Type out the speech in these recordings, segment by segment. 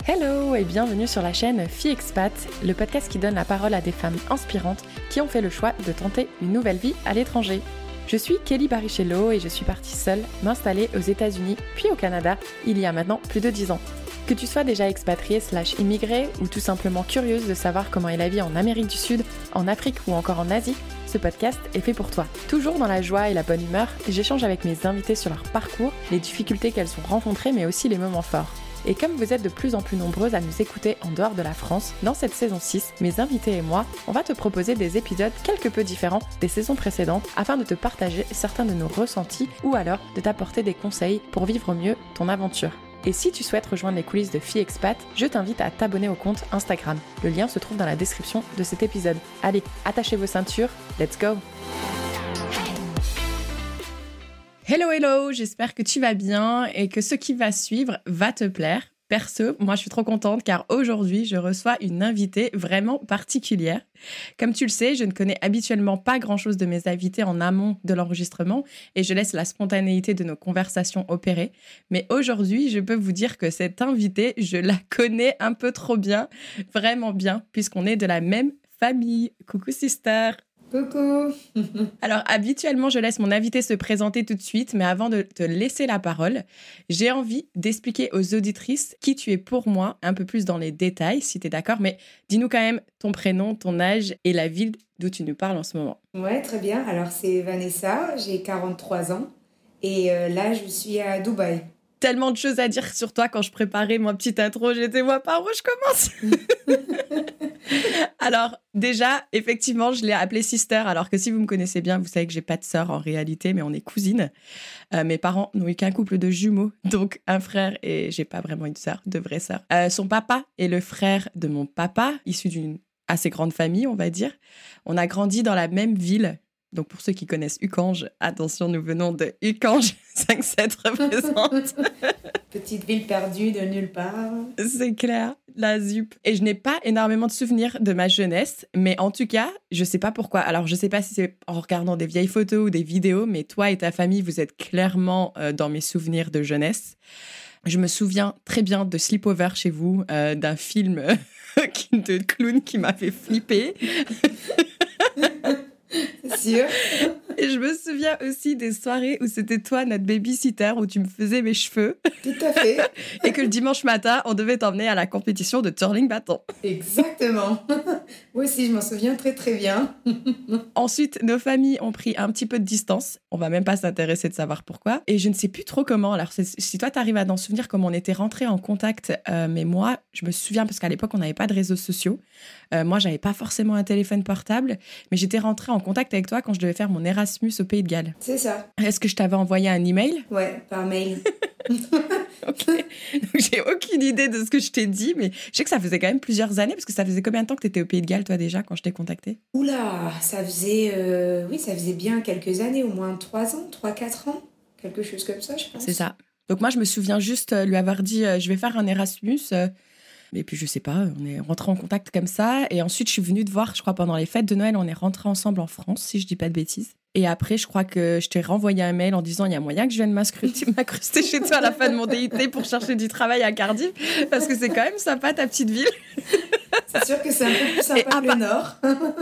Hello et bienvenue sur la chaîne Fille Expat, le podcast qui donne la parole à des femmes inspirantes qui ont fait le choix de tenter une nouvelle vie à l'étranger. Je suis Kelly Barichello et je suis partie seule m'installer aux États-Unis puis au Canada il y a maintenant plus de 10 ans. Que tu sois déjà expatriée / immigrée ou tout simplement curieuse de savoir comment est la vie en Amérique du Sud, en Afrique ou encore en Asie, ce podcast est fait pour toi. Toujours dans la joie et la bonne humeur, j'échange avec mes invités sur leur parcours, les difficultés qu'elles ont rencontrées mais aussi les moments forts. Et comme vous êtes de plus en plus nombreuses à nous écouter en dehors de la France, dans cette saison 6, mes invités et moi, on va te proposer des épisodes quelque peu différents des saisons précédentes afin de te partager certains de nos ressentis ou alors de t'apporter des conseils pour vivre au mieux ton aventure. Et si tu souhaites rejoindre les coulisses de Fille Expat, je t'invite à t'abonner au compte Instagram. Le lien se trouve dans la description de cet épisode. Allez, attachez vos ceintures, let's go! Hello, j'espère que tu vas bien et que ce qui va suivre va te plaire. Perso, moi je suis trop contente car aujourd'hui je reçois une invitée vraiment particulière. Comme tu le sais, je ne connais habituellement pas grand-chose de mes invités en amont de l'enregistrement et je laisse la spontanéité de nos conversations opérer. Mais aujourd'hui, je peux vous dire que cette invitée, je la connais un peu trop bien, vraiment bien, puisqu'on est de la même famille. Coucou sister! Coucou. Alors, habituellement, je laisse mon invité se présenter tout de suite, mais avant de te laisser la parole, j'ai envie d'expliquer aux auditrices qui tu es pour moi, un peu plus dans les détails, si tu es d'accord, mais dis-nous quand même ton prénom, ton âge et la ville d'où tu nous parles en ce moment. Ouais, très bien. Alors, c'est Vanessa, j'ai 43 ans et là, je suis à Dubaï. Tellement de choses à dire sur toi quand je préparais ma petite intro. J'étais, moi, par où je commence? Alors, déjà, effectivement, je l'ai appelée sister, alors que si vous me connaissez bien, vous savez que j'ai pas de sœur en réalité, mais on est cousines. Mes parents n'ont eu qu'un couple de jumeaux, donc un frère et j'ai pas vraiment une sœur, de vraie sœur. Son papa est le frère de mon papa, issu d'une assez grande famille, on va dire. On a grandi dans la même ville. Donc, pour ceux qui connaissent Uckange, attention, nous venons de Uckange, 5-7 représente. Petite ville perdue de nulle part. C'est clair, la ZUP. Et je n'ai pas énormément de souvenirs de ma jeunesse, mais en tout cas, je sais pas pourquoi. Alors, je sais pas si c'est en regardant des vieilles photos ou des vidéos, mais toi et ta famille, vous êtes clairement dans mes souvenirs de jeunesse. Je me souviens très bien de Sleepover chez vous, d'un film de clown qui m'a fait flipper. C'est sûr. Et je me souviens aussi des soirées où c'était toi, notre babysitter, où tu me faisais mes cheveux. Tout à fait. Et que le dimanche matin, on devait t'emmener à la compétition de twirling bâton. Exactement. Moi aussi, je m'en souviens très très bien. Ensuite, nos familles ont pris un petit peu de distance. On va même pas s'intéresser de savoir pourquoi. Et je ne sais plus trop comment. Alors, si toi, tu arrives à t'en souvenir comment on était rentrés en contact, mais moi, je me souviens parce qu'à l'époque, on n'avait pas de réseaux sociaux. Moi, j'avais pas forcément un téléphone portable, mais j'étais rentrée en contact avec toi quand je devais faire mon Erasmus au Pays de Galles. C'est ça. Est-ce que je t'avais envoyé un email? Ouais, par mail. Ok. Donc, j'ai aucune idée de ce que je t'ai dit, mais je sais que ça faisait quand même plusieurs années, parce que ça faisait combien de temps que tu étais au Pays de Galles, toi, déjà, quand je t'ai contactée? Oula, ça faisait, ça faisait bien quelques années, au moins 3 ans, 3-4 ans. Quelque chose comme ça, je pense. C'est ça. Donc moi, je me souviens juste lui avoir dit je vais faire un Erasmus. Et puis, je sais pas, on est rentrés en contact comme ça. Et ensuite, je suis venue te voir, je crois, pendant les fêtes de Noël. On est rentrés ensemble en France, si je dis pas de bêtises. Et après, je crois que je t'ai renvoyé un mail en disant il y a moyen que je vienne m'incruster chez toi à la fin de mon DUT pour chercher du travail à Cardiff. Parce que c'est quand même sympa, ta petite ville. C'est sûr que c'est un peu plus sympa que le Nord.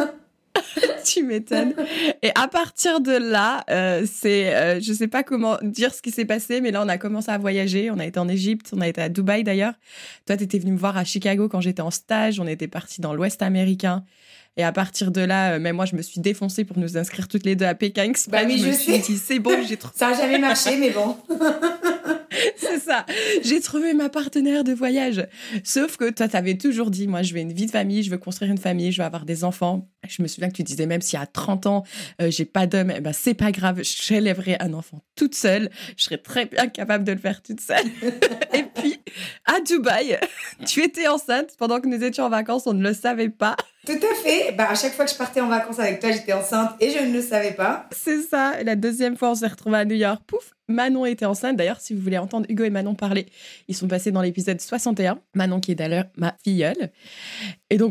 Tu m'étonnes. Et à partir de là, je sais pas comment dire ce qui s'est passé, mais là, on a commencé à voyager. On a été en Égypte, on a été à Dubaï d'ailleurs. Toi, t'étais venue me voir à Chicago quand j'étais en stage. On était partis dans l'Ouest américain. Et à partir de là, même moi, je me suis défoncée pour nous inscrire toutes les deux à Pékin Express. Bah oui, je me suis dit, c'est bon, j'ai trouvé. Ça n'a jamais marché, mais bon. C'est ça. J'ai trouvé ma partenaire de voyage. Sauf que toi, t'avais toujours dit, moi, je veux une vie de famille, je veux construire une famille, je veux avoir des enfants. Je me souviens que tu disais même si à 30 ans, j'ai pas d'homme, ben, c'est pas grave, j'élèverai un enfant toute seule. Je serais très bien capable de le faire toute seule. Et puis, à Dubaï, tu étais enceinte pendant que nous étions en vacances, on ne le savait pas. Tout à fait. Bah, à chaque fois que je partais en vacances avec toi, j'étais enceinte et je ne le savais pas. C'est ça. Et la deuxième fois, on s'est retrouvés à New York. Pouf, Manon était enceinte. D'ailleurs, si vous voulez entendre Hugo et Manon parler, ils sont passés dans l'épisode 61. Manon qui est d'ailleurs ma filleule. Et donc voilà.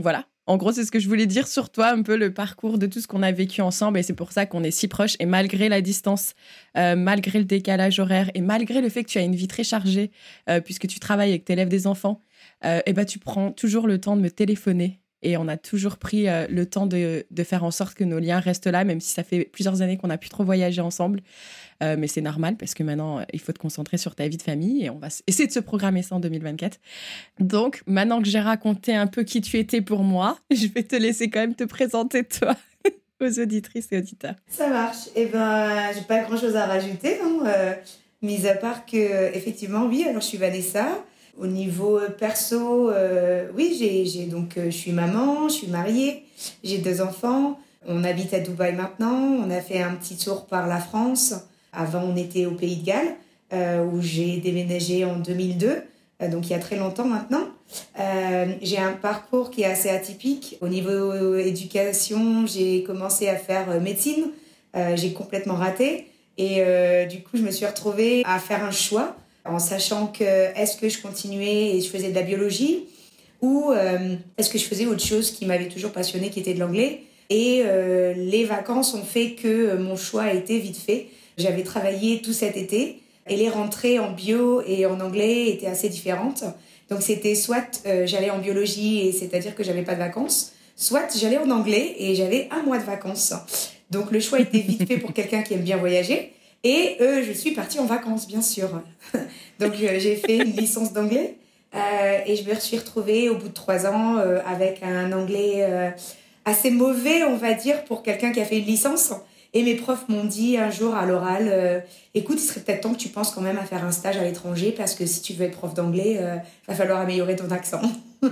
En gros, c'est ce que je voulais dire sur toi, un peu le parcours de tout ce qu'on a vécu ensemble. Et c'est pour ça qu'on est si proches. Et malgré la distance, malgré le décalage horaire et malgré le fait que tu as une vie très chargée, puisque tu travailles et que tu élèves des enfants, tu prends toujours le temps de me téléphoner. Et on a toujours pris le temps de faire en sorte que nos liens restent là, même si ça fait plusieurs années qu'on n'a plus trop voyagé ensemble. Mais c'est normal parce que maintenant, il faut te concentrer sur ta vie de famille et on va essayer de se programmer ça en 2024. Donc, maintenant que j'ai raconté un peu qui tu étais pour moi, je vais te laisser quand même te présenter, toi, aux auditrices et auditeurs. Ça marche. J'ai pas grand-chose à rajouter, mis à part que, effectivement, oui, alors je suis Vanessa. Au niveau perso, oui, je suis maman, je suis mariée, j'ai 2 enfants. On habite à Dubaï maintenant. On a fait un petit tour par la France. Avant, on était au Pays de Galles, où j'ai déménagé en 2002, donc il y a très longtemps maintenant. J'ai un parcours qui est assez atypique. Au niveau éducation, j'ai commencé à faire médecine. J'ai complètement raté. Et du coup, je me suis retrouvée à faire un choix en sachant que est-ce que je continuais et je faisais de la biologie ou est-ce que je faisais autre chose qui m'avait toujours passionnée, qui était de l'anglais. Et les vacances ont fait que mon choix a été vite fait. J'avais travaillé tout cet été et les rentrées en bio et en anglais étaient assez différentes. Donc c'était soit j'allais en biologie et c'est-à-dire que j'avais pas de vacances, soit j'allais en anglais et j'avais 1 mois de vacances. Donc le choix était vite fait pour quelqu'un qui aime bien voyager. Et je suis partie en vacances, bien sûr. Donc, j'ai fait une licence d'anglais et je me suis retrouvée au bout de 3 ans avec un anglais assez mauvais, on va dire, pour quelqu'un qui a fait une licence. Et mes profs m'ont dit un jour à l'oral, écoute, il serait peut-être temps que tu penses quand même à faire un stage à l'étranger parce que si tu veux être prof d'anglais, va falloir améliorer ton accent.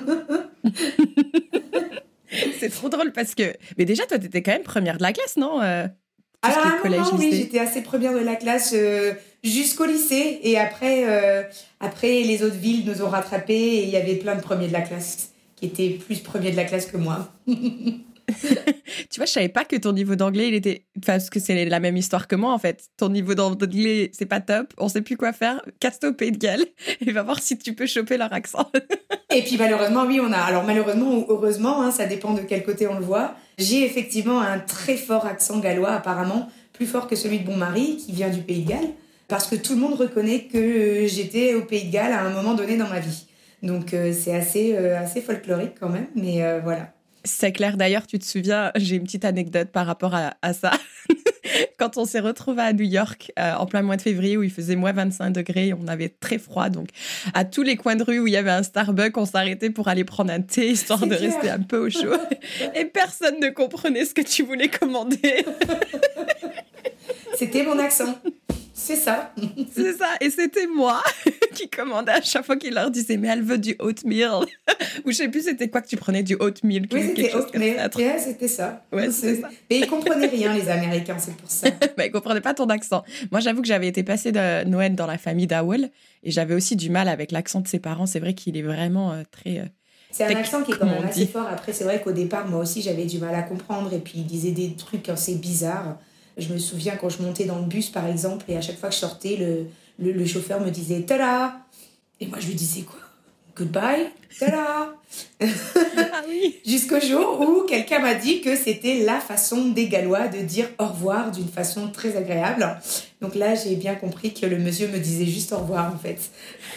C'est trop drôle parce que... Mais déjà, toi, t'étais quand même première de la classe, non Alors, à un moment, oui, j'étais assez première de la classe jusqu'au lycée. Et après, les autres villes nous ont rattrapés et il y avait plein de premiers de la classe qui étaient plus premiers de la classe que moi. Tu vois, je savais pas que ton niveau d'anglais, il était... Enfin, parce que c'est la même histoire que moi, en fait. Ton niveau d'anglais, c'est pas top. On sait plus quoi faire. Casse-toi au Pays de Galles et va voir si tu peux choper leur accent. Et puis, malheureusement, oui, on a... Alors, malheureusement ou heureusement, ça dépend de quel côté on le voit. J'ai effectivement un très fort accent gallois, apparemment, plus fort que celui de mon mari, qui vient du Pays de Galles, parce que tout le monde reconnaît que j'étais au Pays de Galles à un moment donné dans ma vie. Donc, c'est assez folklorique quand même, mais voilà. C'est clair. D'ailleurs, tu te souviens, j'ai une petite anecdote par rapport à ça. Quand on s'est retrouvés à New York en plein mois de février où il faisait moins 25 degrés, on avait très froid. Donc, à tous les coins de rue où il y avait un Starbucks, on s'arrêtait pour aller prendre un thé, histoire de rester un peu au chaud. Et personne ne comprenait ce que tu voulais commander. C'était mon accent. C'est ça. C'est ça. Et c'était moi qui commandais à chaque fois qu'il leur disait « Mais elle veut du oatmeal ». Ou je sais plus c'était quoi que tu prenais, du oatmeal. Oui, c'était oatmeal. Yeah, c'était ça. Ouais, c'est ça. Mais ils comprenaient rien, les Américains, c'est pour ça. Bah, ils comprenaient pas ton accent. Moi, j'avoue que j'avais été passée de Noël dans la famille d'Owell et j'avais aussi du mal avec l'accent de ses parents. C'est vrai qu'il est vraiment très... c'est un accent qui est quand même assez fort. Après, c'est vrai qu'au départ, moi aussi, j'avais du mal à comprendre. Et puis, il disait des trucs assez bizarres. Je me souviens quand je montais dans le bus, par exemple, et à chaque fois que je sortais, le chauffeur me disait « Tada !» Et moi, je lui disais quoi ? « Goodbye, tada !» Ah oui. Jusqu'au jour où quelqu'un m'a dit que c'était la façon des Gallois de dire au revoir d'une façon très agréable. Donc là, j'ai bien compris que le monsieur me disait juste au revoir, en fait.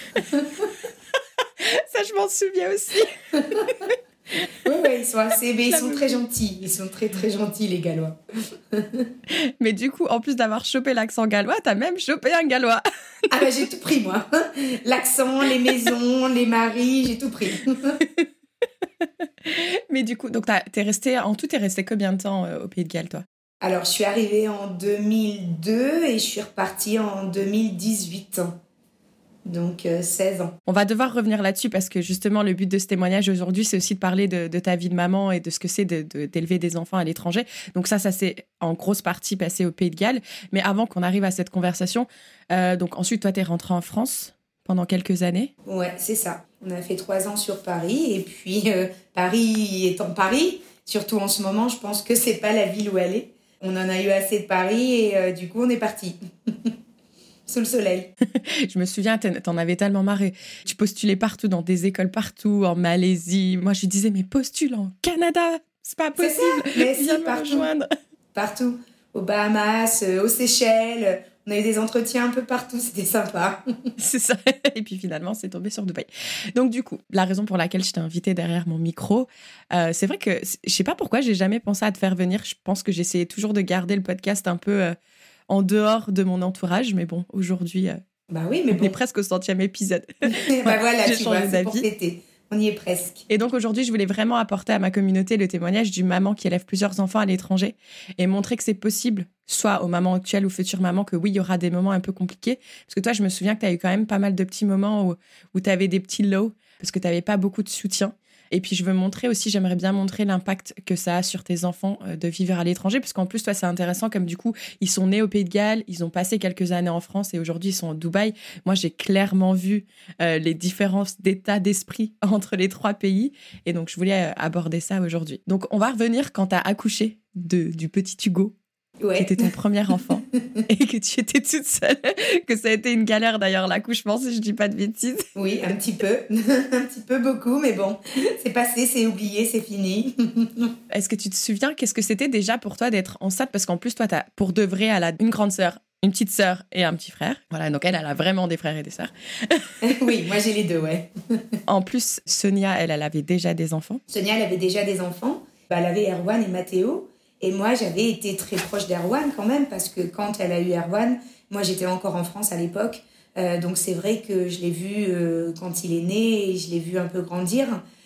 Ça, je m'en souviens aussi. Oui, ils sont ils sont très gentils. Ils sont très, très gentils, les Gallois. Mais du coup, en plus d'avoir chopé l'accent gallois, t'as même chopé un Gallois. Ah bah, j'ai tout pris, moi. L'accent, les maisons, les maris, j'ai tout pris. Mais du coup, donc t'es resté combien de temps au Pays de Galles, toi ? Alors, je suis arrivée en 2002 et je suis repartie en 2018. Donc 16 ans. On va devoir revenir là-dessus parce que justement le but de ce témoignage aujourd'hui c'est aussi de parler de ta vie de maman et de ce que c'est d'élever des enfants à l'étranger. Donc ça s'est en grosse partie passé au Pays de Galles. Mais avant qu'on arrive à cette conversation, donc ensuite toi t'es rentrée en France pendant quelques années. Ouais, c'est ça. On a fait 3 ans sur Paris et puis Paris étant Paris, surtout en ce moment, je pense que c'est pas la ville où aller. On en a eu assez de Paris et du coup on est parti. sous le soleil. Je me souviens, t'en avais tellement marre. Tu postulais partout, dans des écoles partout, en Malaisie. Moi, je disais, mais postule en Canada, c'est pas possible. C'est ça, mais Viens si, me partout. rejoindre. Partout. Aux Bahamas, aux Seychelles. On a eu des entretiens un peu partout, c'était sympa. C'est ça. Et puis finalement, c'est tombé sur Dubaï. Donc du coup, la raison pour laquelle je t'ai invitée derrière mon micro, c'est vrai que je sais pas pourquoi j'ai jamais pensé à te faire venir. Je pense que j'essayais toujours de garder le podcast un peu en dehors de mon entourage. Mais bon, aujourd'hui, Bah oui, mais on bon. est presque au 100e épisode. Bah voilà, J'ai tu changé vois, c'est pour d'avis. fêter. On y est presque. Et donc aujourd'hui, je voulais vraiment apporter à ma communauté le témoignage d'une maman qui élève plusieurs enfants à l'étranger et montrer que c'est possible, soit aux mamans actuelles ou futures mamans, que oui, il y aura des moments un peu compliqués. Parce que toi, je me souviens que tu as eu quand même pas mal de petits moments où tu avais des petits lows parce que tu n'avais pas beaucoup de soutien. Et puis, je veux montrer aussi, j'aimerais bien montrer l'impact que ça a sur tes enfants de vivre à l'étranger. Parce qu'en plus, toi, c'est intéressant comme du coup, ils sont nés au Pays de Galles, ils ont passé quelques années en France et aujourd'hui, ils sont à Dubaï. Moi, j'ai clairement vu les différences d'état d'esprit entre les 3 pays. Et donc, je voulais aborder ça aujourd'hui. Donc, on va revenir quand tu as accouché du petit Hugo. Ouais. Qui était ton premier enfant et que tu étais toute seule, que ça a été une galère d'ailleurs l'accouchement si je dis pas de bêtises. Oui, un petit peu, un petit peu beaucoup, mais bon, c'est passé, c'est oublié, c'est fini. Est-ce que tu te souviens, qu'est-ce que c'était déjà pour toi d'être enceinte? Parce qu'en plus, toi, t'as pour de vrai, elle a une grande sœur, une petite sœur et un petit frère. Voilà, donc elle a vraiment des frères et des sœurs. Oui, moi j'ai les deux, ouais. En plus, Sonia, elle avait déjà des enfants. Sonia, elle avait déjà des enfants. Elle avait Erwan et Mathéo. Et moi, j'avais été très proche d'Erwan quand même, parce que quand elle a eu Erwan, moi j'étais encore en France à l'époque. Donc c'est vrai que je l'ai vu quand il est né et je l'ai vu un peu grandir.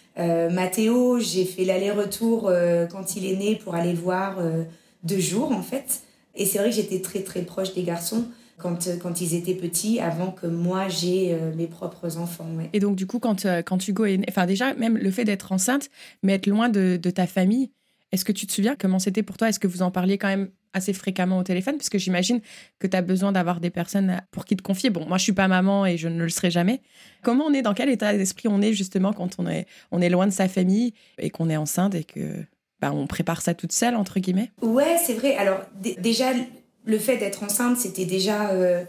Mathéo, j'ai fait l'aller-retour quand il est né pour aller le voir 2 jours en fait. Et c'est vrai que j'étais très très proche des garçons quand ils étaient petits, avant que moi j'ai mes propres enfants. Ouais. Et donc du coup, quand Hugo est né, enfin déjà, même le fait d'être enceinte, mais être loin de ta famille, est-ce que tu te souviens comment c'était pour toi? Est-ce que vous en parliez quand même assez fréquemment au téléphone? Parce que j'imagine que tu as besoin d'avoir des personnes pour qui te confier. Bon, moi, je suis pas maman et je ne le serai jamais. Comment on est, dans quel état d'esprit on est justement quand on est loin de sa famille et qu'on est enceinte et que on prépare ça toute seule, entre guillemets? Ouais, c'est vrai. Alors déjà, le fait d'être enceinte, c'était déjà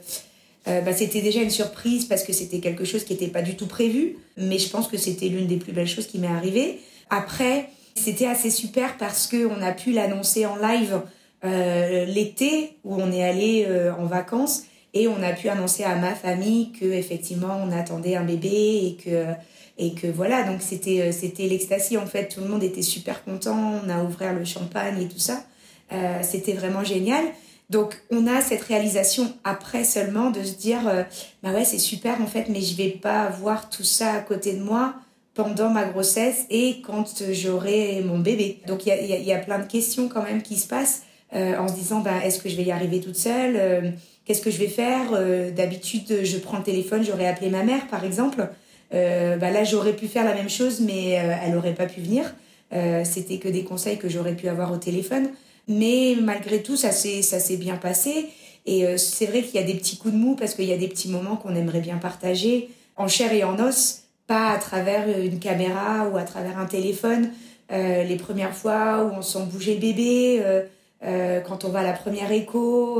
une surprise parce que c'était quelque chose qui n'était pas du tout prévu. Mais je pense que c'était l'une des plus belles choses qui m'est arrivée. Après, c'était assez super parce qu'on a pu l'annoncer en live l'été où on est allé en vacances, et on a pu annoncer à ma famille que effectivement on attendait un bébé et que voilà, donc c'était l'extasie en fait. Tout le monde était super content, on a ouvert le champagne et tout ça. C'était vraiment génial. Donc on a cette réalisation après seulement de se dire bah ouais, c'est super en fait, mais je vais pas avoir tout ça à côté de moi pendant ma grossesse et quand j'aurai mon bébé. Donc il y a plein de questions quand même qui se passent en se disant est-ce que je vais y arriver toute seule, qu'est-ce que je vais faire. D'habitude je prends le téléphone, j'aurais appelé ma mère par exemple. Là j'aurais pu faire la même chose, mais elle aurait pas pu venir. C'était que des conseils que j'aurais pu avoir au téléphone. Mais malgré tout, ça s'est bien passé. Et c'est vrai qu'il y a des petits coups de mou parce qu'il y a des petits moments qu'on aimerait bien partager en chair et en os, pas à travers une caméra ou à travers un téléphone. Les premières fois où on sent bouger le bébé, quand on va à la première écho,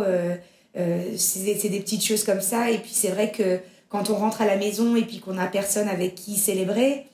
c'est des petites choses comme ça. Et puis c'est vrai que quand on rentre à la maison et puis qu'on n'a personne avec qui célébrer,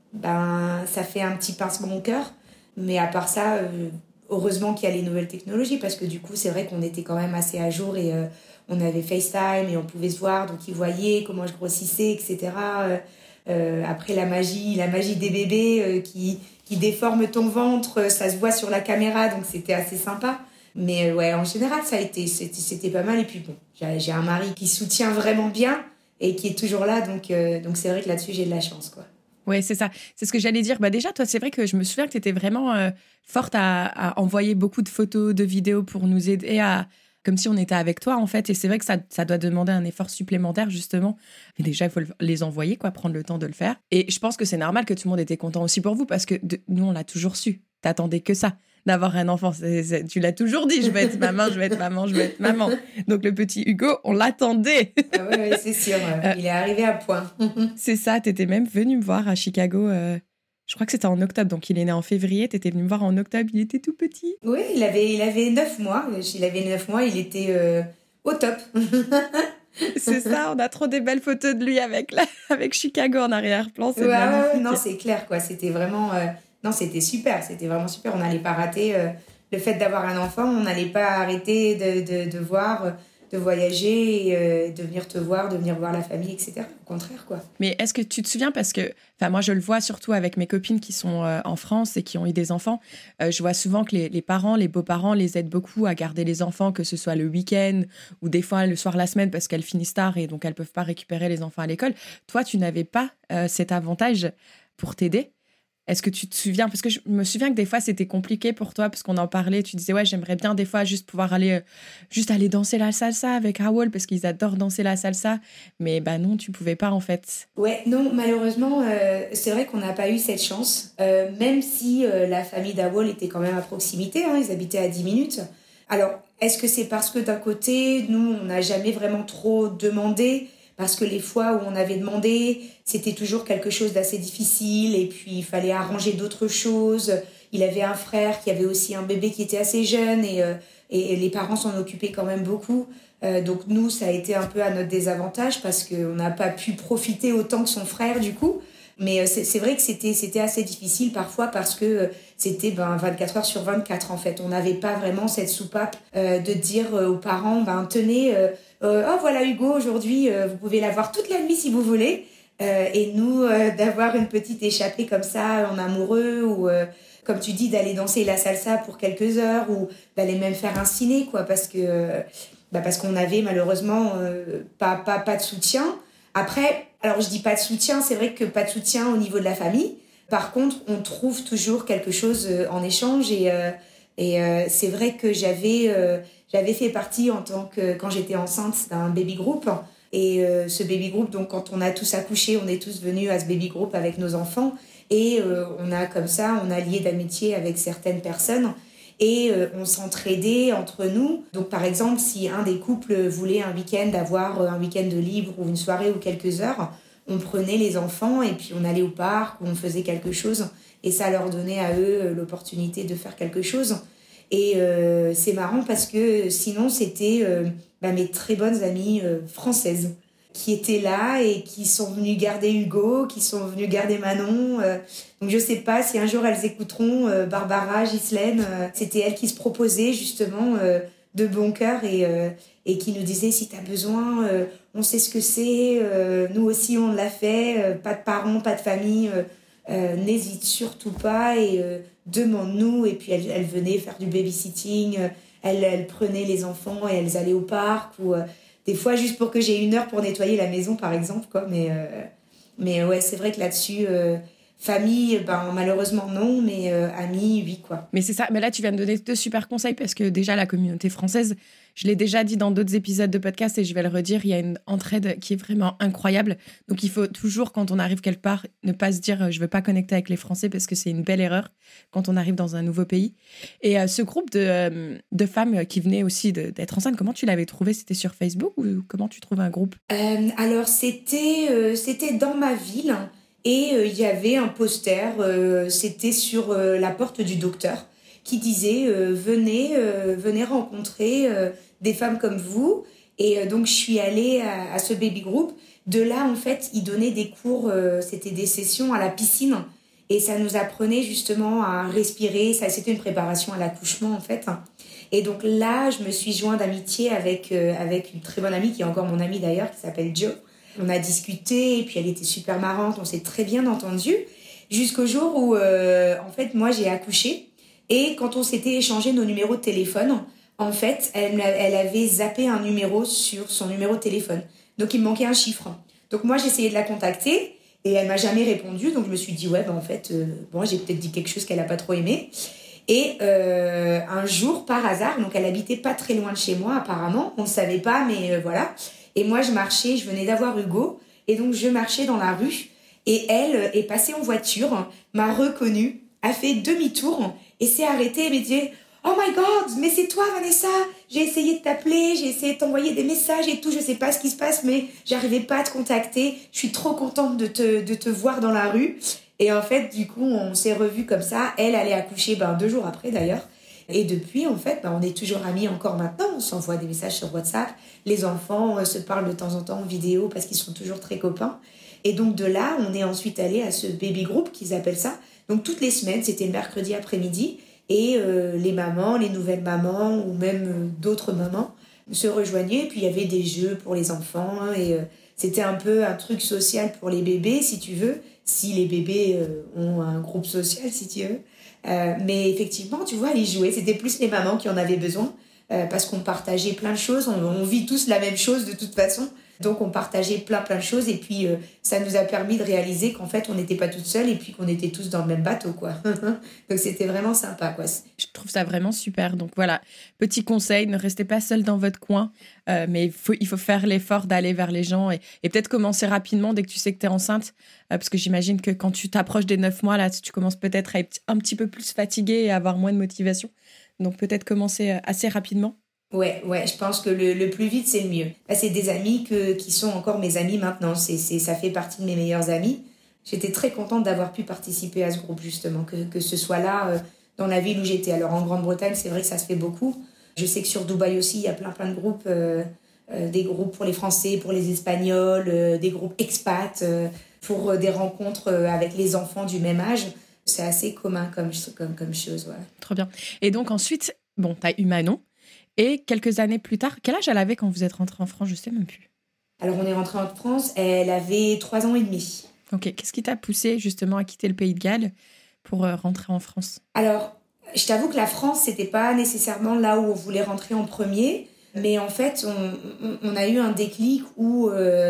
ça fait un petit pincement au cœur. Mais à part ça, heureusement qu'il y a les nouvelles technologies, parce que du coup, c'est vrai qu'on était quand même assez à jour et on avait FaceTime et on pouvait se voir, donc ils voyaient comment je grossissais, etc. Après, la magie des bébés qui déforment ton ventre, ça se voit sur la caméra, donc c'était assez sympa. Mais ouais, en général, c'était pas mal. Et puis bon, j'ai un mari qui soutient vraiment bien et qui est toujours là, donc c'est vrai que là-dessus, j'ai de la chance, quoi. Oui, c'est ça. C'est ce que j'allais dire. Déjà, toi, c'est vrai que je me souviens que tu étais vraiment forte à envoyer beaucoup de photos, de vidéos pour nous aider comme si on était avec toi, en fait. Et c'est vrai que ça doit demander un effort supplémentaire, justement. Mais déjà, il faut les envoyer, prendre le temps de le faire. Et je pense que c'est normal que tout le monde était content aussi pour vous, parce que nous, on l'a toujours su. T'attendais que ça, d'avoir un enfant. Tu l'as toujours dit, je vais être maman, je vais être maman, je vais être maman. Donc le petit Hugo, on l'attendait. Ah oui, c'est sûr. Il est arrivé à point. C'est ça, t'étais même venue me voir à Chicago. Je crois que c'était en octobre, donc il est né en février. T'étais venue me voir en octobre, il était tout petit. Oui, il avait 9 mois. Il avait 9 mois, il était au top. C'est ça, on a trop des belles photos de lui avec Chicago en arrière-plan, c'est Ouais, magnifique. non, c'est clair, quoi. C'était vraiment... Non, c'était super, c'était vraiment super. On n'allait pas rater le fait d'avoir un enfant, on n'allait pas arrêter de voir, de voyager, et, de venir te voir, de venir voir la famille, etc. Au contraire, quoi. Mais est-ce que tu te souviens, parce que moi je le vois surtout avec mes copines qui sont en France et qui ont eu des enfants, je vois souvent que les parents, les beaux-parents les aident beaucoup à garder les enfants, que ce soit le week-end ou des fois le soir la semaine parce qu'elles finissent tard et donc elles peuvent pas récupérer les enfants à l'école. Toi, tu n'avais pas cet avantage pour t'aider. Est-ce que tu te souviens? Parce que je me souviens que des fois, c'était compliqué pour toi, parce qu'on en parlait. Tu disais, ouais, j'aimerais bien des fois juste pouvoir aller danser la salsa avec Raoul, parce qu'ils adorent danser la salsa. Mais bah non, tu pouvais pas, en fait. Ouais, non, malheureusement, c'est vrai qu'on n'a pas eu cette chance. Même si la famille d'Awol était quand même à proximité, hein, ils habitaient à 10 minutes. Alors, est-ce que c'est parce que d'un côté, nous, on n'a jamais vraiment trop demandé? Parce que les fois où on avait demandé, c'était toujours quelque chose d'assez difficile et puis il fallait arranger d'autres choses. Il avait un frère qui avait aussi un bébé qui était assez jeune et les parents s'en occupaient quand même beaucoup. Donc nous, ça a été un peu à notre désavantage parce qu'on n'a pas pu profiter autant que son frère du coup. Mais c'est vrai que c'était assez difficile parfois parce que c'était 24 heures sur 24 en fait. On n'avait pas vraiment cette soupape de dire aux parents, tenez... oh voilà Hugo, aujourd'hui vous pouvez l'avoir toute la nuit si vous voulez. Et nous, d'avoir une petite échappée comme ça en amoureux ou comme tu dis d'aller danser la salsa pour quelques heures ou d'aller même faire un ciné quoi parce qu'on avait malheureusement pas de soutien. Après, alors je dis pas de soutien, c'est vrai que pas de soutien au niveau de la famille. Par contre, on trouve toujours quelque chose en échange et c'est vrai que j'avais fait partie quand j'étais enceinte d'un baby group et ce baby group, donc quand on a tous accouché, on est tous venus à ce baby group avec nos enfants et on a lié d'amitié avec certaines personnes et on s'entraidait entre nous. Donc par exemple, si un des couples voulait un week-end avoir un week-end de libre ou une soirée ou quelques heures, on prenait les enfants et puis on allait au parc ou on faisait quelque chose et ça leur donnait à eux l'opportunité de faire quelque chose. Et c'est marrant parce que sinon, c'était mes très bonnes amies françaises qui étaient là et qui sont venues garder Hugo, qui sont venues garder Manon. Donc je sais pas si un jour elles écouteront Barbara, Ghislaine. C'était elles qui se proposaient justement de bon cœur et qui nous disaient si t'as besoin, on sait ce que c'est. Nous aussi on l'a fait. Pas de parents, pas de famille. N'hésite surtout pas et demande-nous. Et puis elles venaient faire du babysitting, elles prenaient les enfants et elles allaient au parc ou des fois juste pour que j'ai 1 heure pour nettoyer la maison par exemple quoi. Mais ouais, c'est vrai que là-dessus famille, malheureusement non, mais amis, oui quoi. Mais c'est ça, mais là tu viens de donner 2 super conseils parce que déjà la communauté française, je l'ai déjà dit dans d'autres épisodes de podcast et je vais le redire, il y a une entraide qui est vraiment incroyable. Donc il faut toujours, quand on arrive quelque part, ne pas se dire je veux pas connecter avec les Français parce que c'est une belle erreur quand on arrive dans un nouveau pays. Et ce groupe de femmes qui venaient aussi d'être enceintes, comment tu l'avais trouvé? C'était sur Facebook ou comment tu trouves un groupe? Alors c'était dans ma ville. Et il y avait un poster, c'était sur la porte du docteur, qui disait venez rencontrer des femmes comme vous. Et donc je suis allée à ce baby group. De là, en fait, ils donnaient des cours, c'était des sessions à la piscine. Et ça nous apprenait justement à respirer. Ça, c'était une préparation à l'accouchement, en fait. Et donc là, je me suis jointe d'amitié avec une très bonne amie, qui est encore mon amie d'ailleurs, qui s'appelle Jo. On a discuté et puis elle était super marrante, on s'est très bien entendu jusqu'au jour où en fait moi j'ai accouché et quand on s'était échangé nos numéros de téléphone, en fait elle avait zappé un numéro sur son numéro de téléphone. Donc il me manquait un chiffre. Donc moi j'ai essayé de la contacter et elle m'a jamais répondu, donc je me suis dit ouais en fait j'ai peut-être dit quelque chose qu'elle a pas trop aimé. Et un jour par hasard, donc elle habitait pas très loin de chez moi apparemment, on ne savait pas mais voilà. Et moi, je marchais, je venais d'avoir Hugo, et donc je marchais dans la rue, et elle est passée en voiture, m'a reconnue, a fait demi-tour, et s'est arrêtée et m'a dit « Oh my God, mais c'est toi Vanessa, j'ai essayé de t'appeler, j'ai essayé de t'envoyer des messages et tout, je sais pas ce qui se passe, mais j'arrivais pas à te contacter, je suis trop contente de te voir dans la rue. » Et en fait, du coup, on s'est revus comme ça, elle allait accoucher 2 jours après d'ailleurs, Et depuis, en fait, on est toujours amis encore maintenant. On s'envoie des messages sur WhatsApp. Les enfants se parlent de temps en temps en vidéo parce qu'ils sont toujours très copains. Et donc de là, on est ensuite allé à ce baby group qu'ils appellent ça. Donc toutes les semaines, c'était le mercredi après-midi. Et les mamans, les nouvelles mamans ou même d'autres mamans se rejoignaient. Puis il y avait des jeux pour les enfants. Et c'était un peu un truc social pour les bébés, si tu veux. Si les bébés ont un groupe social, si tu veux. Mais effectivement, tu vois, ils jouaient. C'était plus les mamans qui en avaient besoin. Parce qu'on partageait plein de choses. On vit tous la même chose de toute façon. Donc, on partageait plein de choses. Et puis, ça nous a permis de réaliser qu'en fait, on n'était pas toutes seules et puis qu'on était tous dans le même bateau, quoi. Donc, c'était vraiment sympa, quoi. Je trouve ça vraiment super. Donc, voilà, petit conseil, ne restez pas seul dans votre coin. Mais il faut faire l'effort d'aller vers les gens et peut-être commencer rapidement dès que tu sais que tu es enceinte. Parce que j'imagine que quand tu t'approches des 9 mois, là, tu commences peut-être à être un petit peu plus fatiguée et à avoir moins de motivation. Donc, peut-être commencer assez rapidement. Ouais, je pense que le plus vite, c'est le mieux. Là, c'est des amis qui sont encore mes amis maintenant. Ça fait partie de mes meilleurs amis. J'étais très contente d'avoir pu participer à ce groupe, justement, que ce soit là, dans la ville où j'étais. Alors, en Grande-Bretagne, c'est vrai que ça se fait beaucoup. Je sais que sur Dubaï aussi, il y a plein de groupes, des groupes pour les Français, pour les Espagnols, des groupes expats, pour des rencontres avec les enfants du même âge. C'est assez commun comme chose, ouais. Trop bien. Et donc, ensuite, t'as eu Manon. Et quelques années plus tard, quel âge elle avait quand vous êtes rentrée en France? Je ne sais même plus. Alors, on est rentré en France, elle avait 3 ans et demi. Ok, qu'est-ce qui t'a poussé justement à quitter le Pays de Galles pour rentrer en France? Alors, je t'avoue que la France, c'était pas nécessairement là où on voulait rentrer en premier. Mais en fait, on a eu un déclic où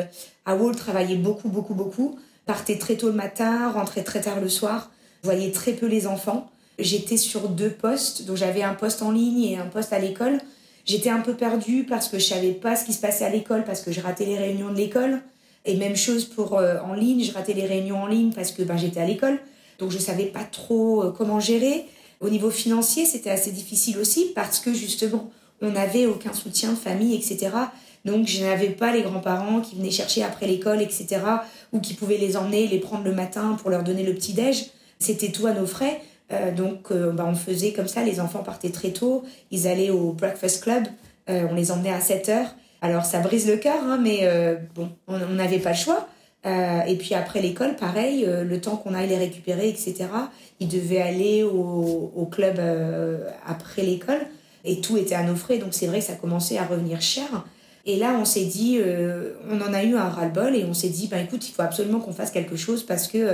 Awol travaillait beaucoup, partait très tôt le matin, rentrait très tard le soir, voyait très peu les enfants. J'étais sur 2 postes, donc j'avais un poste en ligne et un poste à l'école. J'étais un peu perdue parce que je savais pas ce qui se passait à l'école, parce que je ratais les réunions de l'école. Et même chose pour en ligne, je ratais les réunions en ligne parce que j'étais à l'école. Donc je savais pas trop comment gérer. Au niveau financier, c'était assez difficile aussi parce que justement, on n'avait aucun soutien de famille, etc. Donc je n'avais pas les grands-parents qui venaient chercher après l'école, etc. Ou qui pouvaient les emmener, les prendre le matin pour leur donner le petit-déj. C'était tout à nos frais. Donc on faisait comme ça, les enfants partaient très tôt, ils allaient au breakfast club, on les emmenait à 7h. Alors ça brise le cœur, mais on n'avait pas le choix. Et puis après l'école, pareil, le temps qu'on aille les récupérer, etc. Ils devaient aller au club après l'école et tout était à nos frais, donc c'est vrai que ça commençait à revenir cher. Et là on s'est dit, on en a eu un ras-le-bol et on s'est dit, écoute, il faut absolument qu'on fasse quelque chose parce que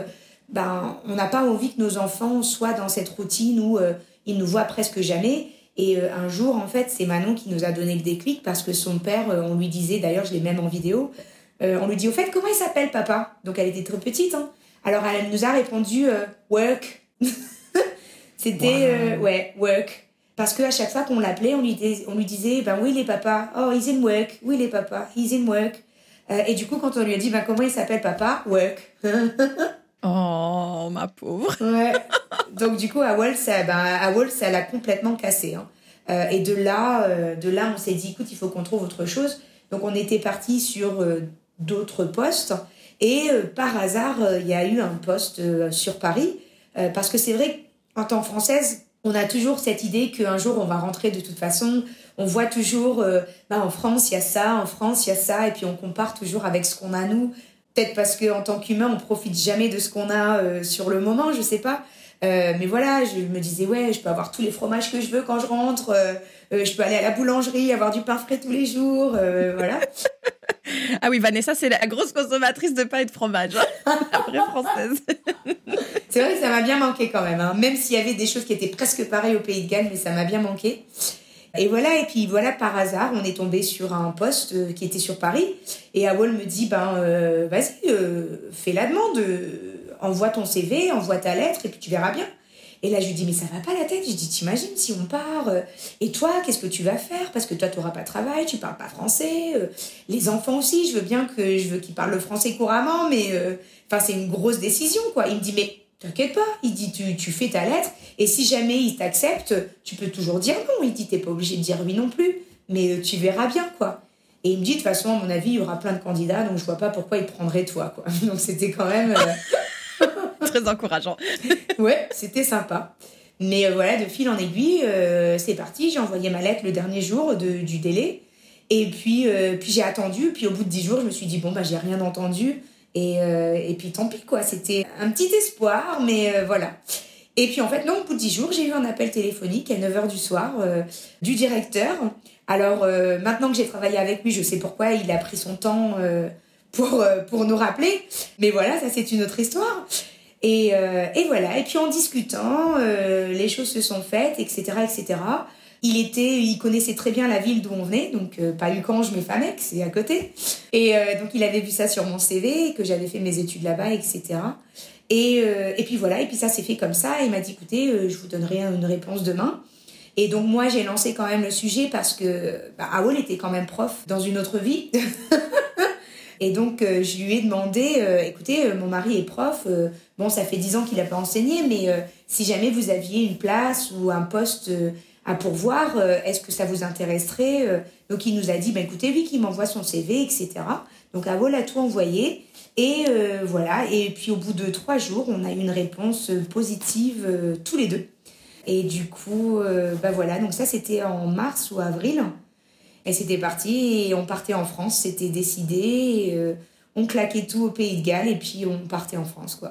on n'a pas envie que nos enfants soient dans cette routine où ils nous voient presque jamais. Et un jour, en fait, c'est Manon qui nous a donné le déclic parce que son père, on lui disait, d'ailleurs, je l'ai même en vidéo, on lui dit, au fait, comment il s'appelle, papa? Donc, elle était très petite. Alors, elle nous a répondu, work. C'était, work. Parce qu'à chaque fois qu'on l'appelait, on lui disait, oui, il est papa. Oh, he's in work. Oui, il est papa. He's in work. Et du coup, quand on lui a dit, comment il s'appelle, papa? Work. Oh, ma pauvre. Ouais. Donc, du coup, Awol, ça l'a complètement cassé. Et de là, on s'est dit, écoute, il faut qu'on trouve autre chose. Donc, on était partis sur d'autres postes. Et par hasard, il y a eu un poste sur Paris. Parce que c'est vrai qu'en tant que Française, on a toujours cette idée qu'un jour, on va rentrer de toute façon. On voit toujours, en France, il y a ça, en France, il y a ça. Et puis, on compare toujours avec ce qu'on a, nous. Peut-être parce qu'en tant qu'humain, on profite jamais de ce qu'on a sur le moment, je sais pas. Mais voilà, je me disais, je peux avoir tous les fromages que je veux quand je rentre. Je peux aller à la boulangerie, avoir du pain frais tous les jours. Voilà. Ah oui, Vanessa, c'est la grosse consommatrice de pain et de fromage. La vraie Française. C'est vrai que ça m'a bien manqué quand même. Même s'il y avait des choses qui étaient presque pareilles au Pays de Galles, mais ça m'a bien manqué. Et puis par hasard, on est tombé sur un poste qui était sur Paris. Et Awol me dit, vas-y, fais la demande, envoie ton CV, envoie ta lettre, et puis tu verras bien. Et là, je lui dis, mais ça va pas la tête. Je dis, t'imagines si on part, et toi, qu'est-ce que tu vas faire? Parce que toi, t'auras pas de travail, tu parles pas français. Les enfants aussi, je veux qu'ils parlent le français couramment, mais c'est une grosse décision, quoi. Il me dit, mais t'inquiète pas, il dit, tu fais ta lettre, et si jamais il t'accepte, tu peux toujours dire non. Il dit, t'es pas obligé de dire oui non plus, mais tu verras bien, quoi. Et il me dit, de toute façon, à mon avis, il y aura plein de candidats, donc je vois pas pourquoi il prendrait toi, quoi. Donc c'était quand même... Très encourageant. Ouais, c'était sympa. Mais voilà, de fil en aiguille, c'est parti. J'ai envoyé ma lettre le dernier jour du délai. Et puis j'ai attendu. Puis au bout de 10 jours, je me suis dit, bon, bah, j'ai rien entendu. Et puis tant pis, quoi. C'était un petit espoir, mais voilà. Et puis en fait, non, au bout de 10 jours, j'ai eu un appel téléphonique à 9h du soir du directeur. Alors maintenant que j'ai travaillé avec lui, je sais pourquoi il a pris son temps pour nous rappeler. Mais voilà, ça c'est une autre histoire. Et voilà. Et puis en discutant, les choses se sont faites, etc., etc. Il connaissait très bien la ville d'où on venait, donc pas Uckange, mais Famec, c'est à côté. Et donc il avait vu ça sur mon CV, que j'avais fait mes études là-bas, etc. Et puis voilà, et puis ça s'est fait comme ça. Il m'a dit, écoutez, je vous donnerai une réponse demain. Et donc moi, j'ai lancé quand même le sujet parce que Aol était quand même prof dans une autre vie. Et donc, je lui ai demandé, écoutez, mon mari est prof, bon, ça fait 10 ans qu'il n'a pas enseigné, mais si jamais vous aviez une place ou un poste à pourvoir, est-ce que ça vous intéresserait Donc, il nous a dit, écoutez, lui, qu'il m'envoie son CV, etc. Donc, Aol a tout envoyé. Et voilà, et puis au bout de 3 jours, on a eu une réponse positive tous les deux. Et du coup, voilà, donc ça c'était en mars ou avril. Et c'était parti, et on partait en France, c'était décidé. Et, on claquait tout au Pays de Galles, et puis on partait en France, quoi.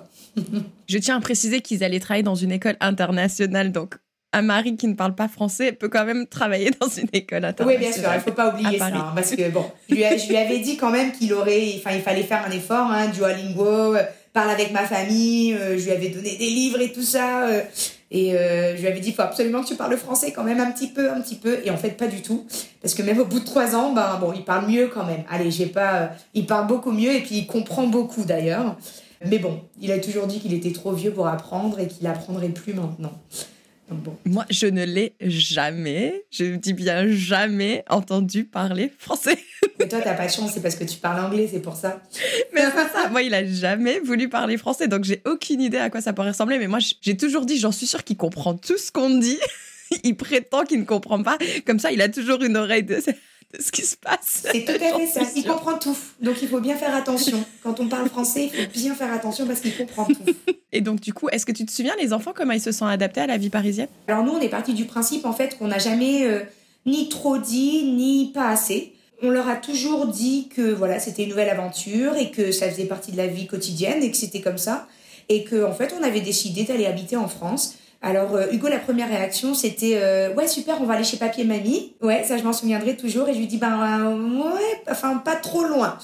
Je tiens à préciser qu'ils allaient travailler dans une école internationale, donc un mari qui ne parle pas français peut quand même travailler dans une école internationale. Oui, bien sûr, il ne faut pas oublier ça. Hein, parce que, bon, je lui avais dit quand même il fallait faire un effort, hein, Duolingo, parle avec ma famille, je lui avais donné des livres et tout ça. Et je lui avais dit, il faut absolument que tu parles français quand même un petit peu. Et en fait, pas du tout. Parce que même au bout de 3 ans, il parle mieux quand même. Allez, il parle beaucoup mieux et puis il comprend beaucoup d'ailleurs. Mais bon, il a toujours dit qu'il était trop vieux pour apprendre et qu'il n'apprendrait plus maintenant. Donc bon. Moi, je ne l'ai jamais, je dis bien jamais, entendu parler français. Mais toi, t'as pas de chance, c'est parce que tu parles anglais, c'est pour ça. Mais c'est ça, moi, il a jamais voulu parler français, donc j'ai aucune idée à quoi ça pourrait ressembler. Mais moi, j'ai toujours dit, j'en suis sûre qu'il comprend tout ce qu'on dit. Il prétend qu'il ne comprend pas. Comme ça, il a toujours une oreille de ce qui se passe. C'est tout à fait ça, il comprend tout. Donc il faut bien faire attention. Quand on parle français, il faut bien faire attention parce qu'il comprend tout. Et donc du coup, est-ce que tu te souviens, les enfants, comment ils se sont adaptés à la vie parisienne ? Alors nous, on est partis du principe en fait qu'on n'a jamais ni trop dit, ni pas assez. On leur a toujours dit que voilà, c'était une nouvelle aventure et que ça faisait partie de la vie quotidienne et que c'était comme ça. Et qu'en fait, on avait décidé d'aller habiter en France. Alors Hugo, la première réaction, c'était ouais, super, on va aller chez papy et mamie. Ouais, ça je m'en souviendrai toujours. Et je lui dis ouais, enfin pas trop loin.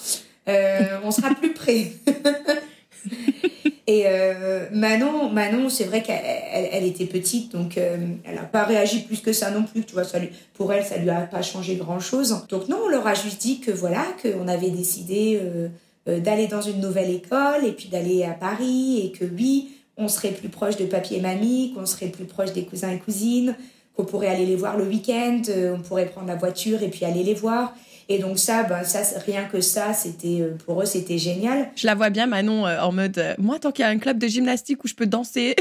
On sera plus près. Et Manon, c'est vrai qu'elle était petite, donc elle a pas réagi plus que ça non plus. Tu vois, pour elle, ça lui a pas changé grand chose. Donc non, on leur a juste dit que voilà, qu'on avait décidé d'aller dans une nouvelle école et puis d'aller à Paris et que oui, on serait plus proche de papy et mamie, qu'on serait plus proche des cousins et cousines, qu'on pourrait aller les voir le week-end, on pourrait prendre la voiture et puis aller les voir. Et donc ça, rien que ça, c'était pour eux, c'était génial. Je la vois bien, Manon, en mode moi, tant qu'il y a un club de gymnastique où je peux danser.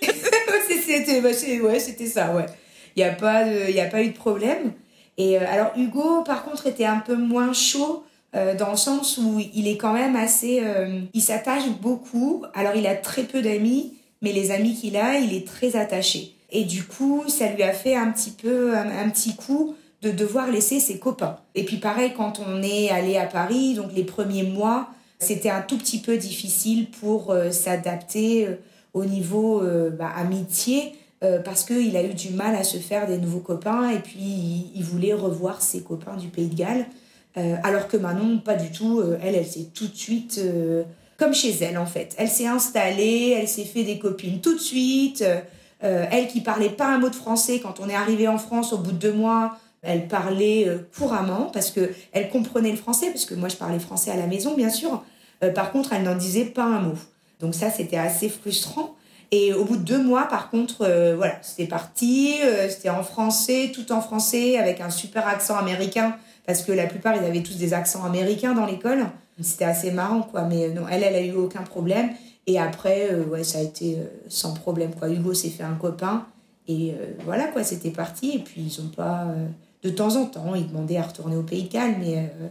C'était ça, ouais. Il y a pas eu de problème. Et alors Hugo, par contre, était un peu moins chaud dans le sens où il est quand même assez... il s'attache beaucoup. Alors il a très peu d'amis, mais les amis qu'il a, il est très attaché. Et du coup, ça lui a fait un petit coup de devoir laisser ses copains. Et puis pareil, quand on est allé à Paris, donc les premiers mois, c'était un tout petit peu difficile pour s'adapter au niveau amitié, parce qu'il a eu du mal à se faire des nouveaux copains, et puis il voulait revoir ses copains du Pays de Galles, alors que Manon, pas du tout. Elle s'est tout de suite... comme chez elle, en fait. Elle s'est installée, elle s'est fait des copines tout de suite. Elle qui parlait pas un mot de français, quand on est arrivé en France, au bout de 2 mois... Elle parlait couramment parce qu'elle comprenait le français, parce que moi, je parlais français à la maison, bien sûr. Par contre, elle n'en disait pas un mot. Donc ça, c'était assez frustrant. Et au bout de 2 mois, par contre, voilà, c'était parti. C'était en français, tout en français, avec un super accent américain, parce que la plupart, ils avaient tous des accents américains dans l'école. C'était assez marrant, quoi. Mais non, elle a eu aucun problème. Et après, ça a été sans problème, quoi. Hugo s'est fait un copain. Et voilà, quoi, c'était parti. Et puis, ils n'ont pas... de temps en temps, ils demandaient à retourner au Pays de Galles,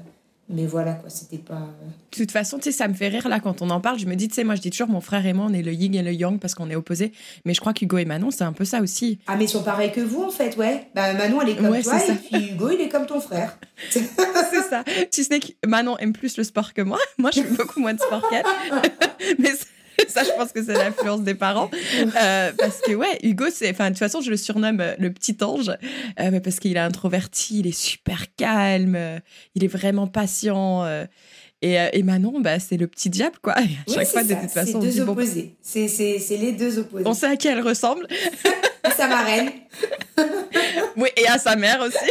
Mais voilà, quoi, c'était pas... De toute façon, tu sais, ça me fait rire là quand on en parle. Je me dis, tu sais, moi je dis toujours, mon frère et moi, on est le yin et le yang parce qu'on est opposés. Mais je crois qu'Hugo et Manon, c'est un peu ça aussi. Ah, mais ils sont pareils que vous, en fait, ouais. Bah, Manon, elle est comme toi, et puis Hugo, il est comme ton frère. C'est ça. Tu sais que Manon aime plus le sport que moi. Moi, je fais beaucoup moins de sport qu'elle. Mais ça, je pense que c'est l'influence des parents. Parce que, ouais, Hugo, de toute façon, je le surnomme le petit ange. Parce qu'il est introverti, il est super calme, il est vraiment patient. Et Manon, c'est le petit diable, quoi. Et à chaque fois, de toute façon, c'est deux opposés. C'est les deux opposés. On sait à qui elle ressemble. À sa marraine. Oui, et à sa mère aussi.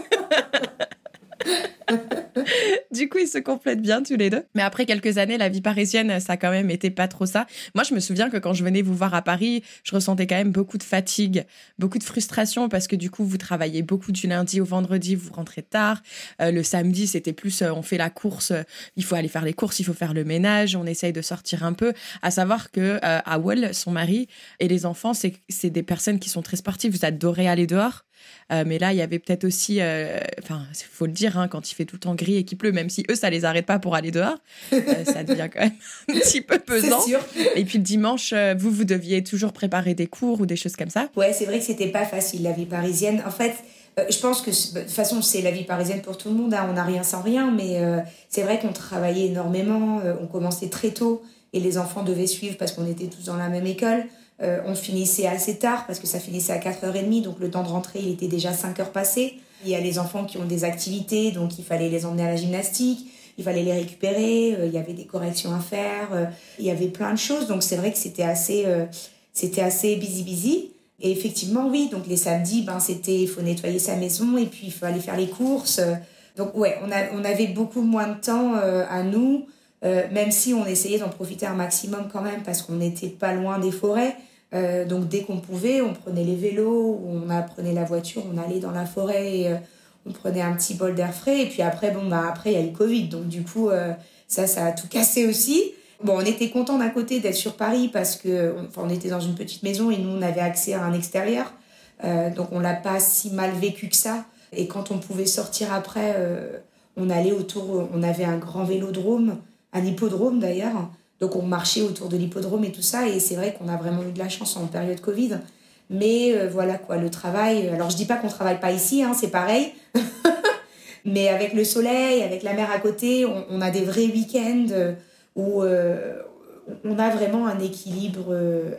Du coup, ils se complètent bien tous les deux. Mais après quelques années, la vie parisienne, ça a quand même été pas trop ça. Moi, je me souviens que quand je venais vous voir à Paris, je ressentais quand même beaucoup de fatigue, beaucoup de frustration parce que du coup, vous travaillez beaucoup du lundi au vendredi, vous rentrez tard. Le samedi, c'était plus on fait la course, il faut aller faire les courses, il faut faire le ménage, on essaye de sortir un peu. À savoir que Awol, son mari, et les enfants, c'est des personnes qui sont très sportives. Vous adorez aller dehors. Mais là, il y avait peut-être aussi, il faut le dire, quand il fait tout le temps gris et qu'il pleut, même si eux, ça les arrête pas pour aller dehors, ça devient quand même un petit peu pesant. C'est sûr. Et puis le dimanche, vous deviez toujours préparer des cours ou des choses comme ça. Ouais, c'est vrai que c'était pas facile, la vie parisienne. En fait, je pense que, de toute façon, c'est la vie parisienne pour tout le monde, on n'a rien sans rien, mais c'est vrai qu'on travaillait énormément, on commençait très tôt et les enfants devaient suivre parce qu'on était tous dans la même école. On finissait assez tard parce que ça finissait à 4h30, donc le temps de rentrer, il était déjà 5h passé. Il y a les enfants qui ont des activités, donc il fallait les emmener à la gymnastique, il fallait les récupérer, il y avait des corrections à faire, il y avait plein de choses, donc c'est vrai que c'était assez busy. Et effectivement, oui, donc les samedis, il faut nettoyer sa maison et puis il faut aller faire les courses. Donc ouais, on avait beaucoup moins de temps à nous, même si on essayait d'en profiter un maximum quand même parce qu'on n'était pas loin des forêts. Donc dès qu'on pouvait, on prenait les vélos, on prenait la voiture, on allait dans la forêt et on prenait un petit bol d'air frais. Et puis après, après il y a eu le Covid, donc du coup ça a tout cassé aussi. Bon, on était contents d'un côté d'être sur Paris parce que on était dans une petite maison et nous on avait accès à un extérieur, donc on l'a pas si mal vécu que ça. Et quand on pouvait sortir après, on allait autour, on avait un grand vélodrome, un hippodrome d'ailleurs. Donc on marchait autour de l'hippodrome et tout ça, et c'est vrai qu'on a vraiment eu de la chance en période Covid. Mais voilà quoi, le travail, alors je dis pas qu'on travaille pas ici, c'est pareil. Mais avec le soleil, avec la mer à côté, on a des vrais week-ends où on a vraiment un équilibre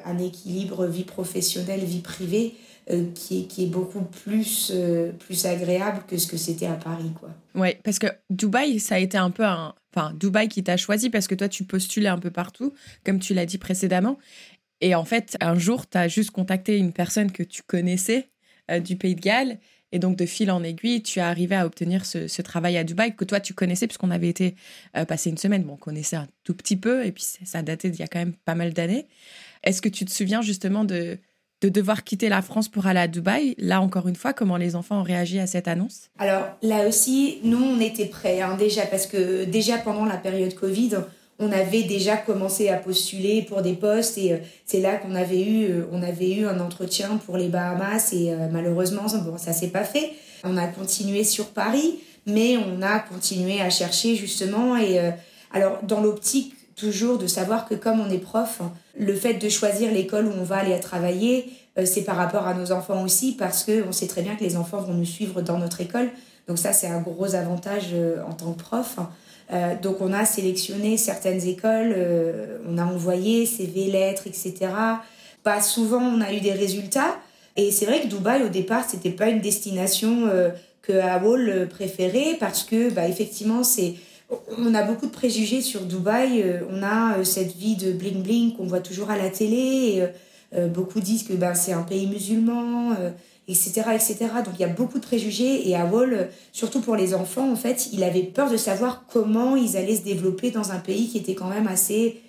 vie professionnelle, vie privée qui est beaucoup plus agréable que ce que c'était à Paris, quoi. Ouais, parce que Dubaï, ça a été un peu Dubaï qui t'a choisi parce que toi, tu postulais un peu partout, comme tu l'as dit précédemment. Et en fait, un jour, tu as juste contacté une personne que tu connaissais du Pays de Galles. Et donc, de fil en aiguille, tu es arrivé à obtenir ce travail à Dubaï que toi, tu connaissais puisqu'on avait été passer une semaine. Bon, on connaissait un tout petit peu et puis ça datait d'il y a quand même pas mal d'années. Est-ce que tu te souviens justement de devoir quitter la France pour aller à Dubaï? Là, encore une fois, comment les enfants ont réagi à cette annonce? Alors, là aussi, nous, on était prêts déjà parce que déjà pendant la période Covid, on avait déjà commencé à postuler pour des postes et c'est là qu'on avait eu un entretien pour les Bahamas et malheureusement, ça s'est pas fait. On a continué sur Paris, mais on a continué à chercher justement et alors dans l'optique toujours de savoir que comme on est prof, le fait de choisir l'école où on va aller travailler, c'est par rapport à nos enfants aussi parce qu'on sait très bien que les enfants vont nous suivre dans notre école. Donc ça, c'est un gros avantage en tant que prof. Donc on a sélectionné certaines écoles, on a envoyé CV, lettres, etc. Pas souvent on a eu des résultats. Et c'est vrai que Dubaï, au départ, c'était pas une destination que Awol préférait parce que, effectivement, on a beaucoup de préjugés sur Dubaï. On a cette vie de bling-bling qu'on voit toujours à la télé. Et, beaucoup disent que c'est un pays musulman, etc., etc. Donc il y a beaucoup de préjugés. Et Awol, surtout pour les enfants, en fait, il avait peur de savoir comment ils allaient se développer dans un pays qui était quand même assez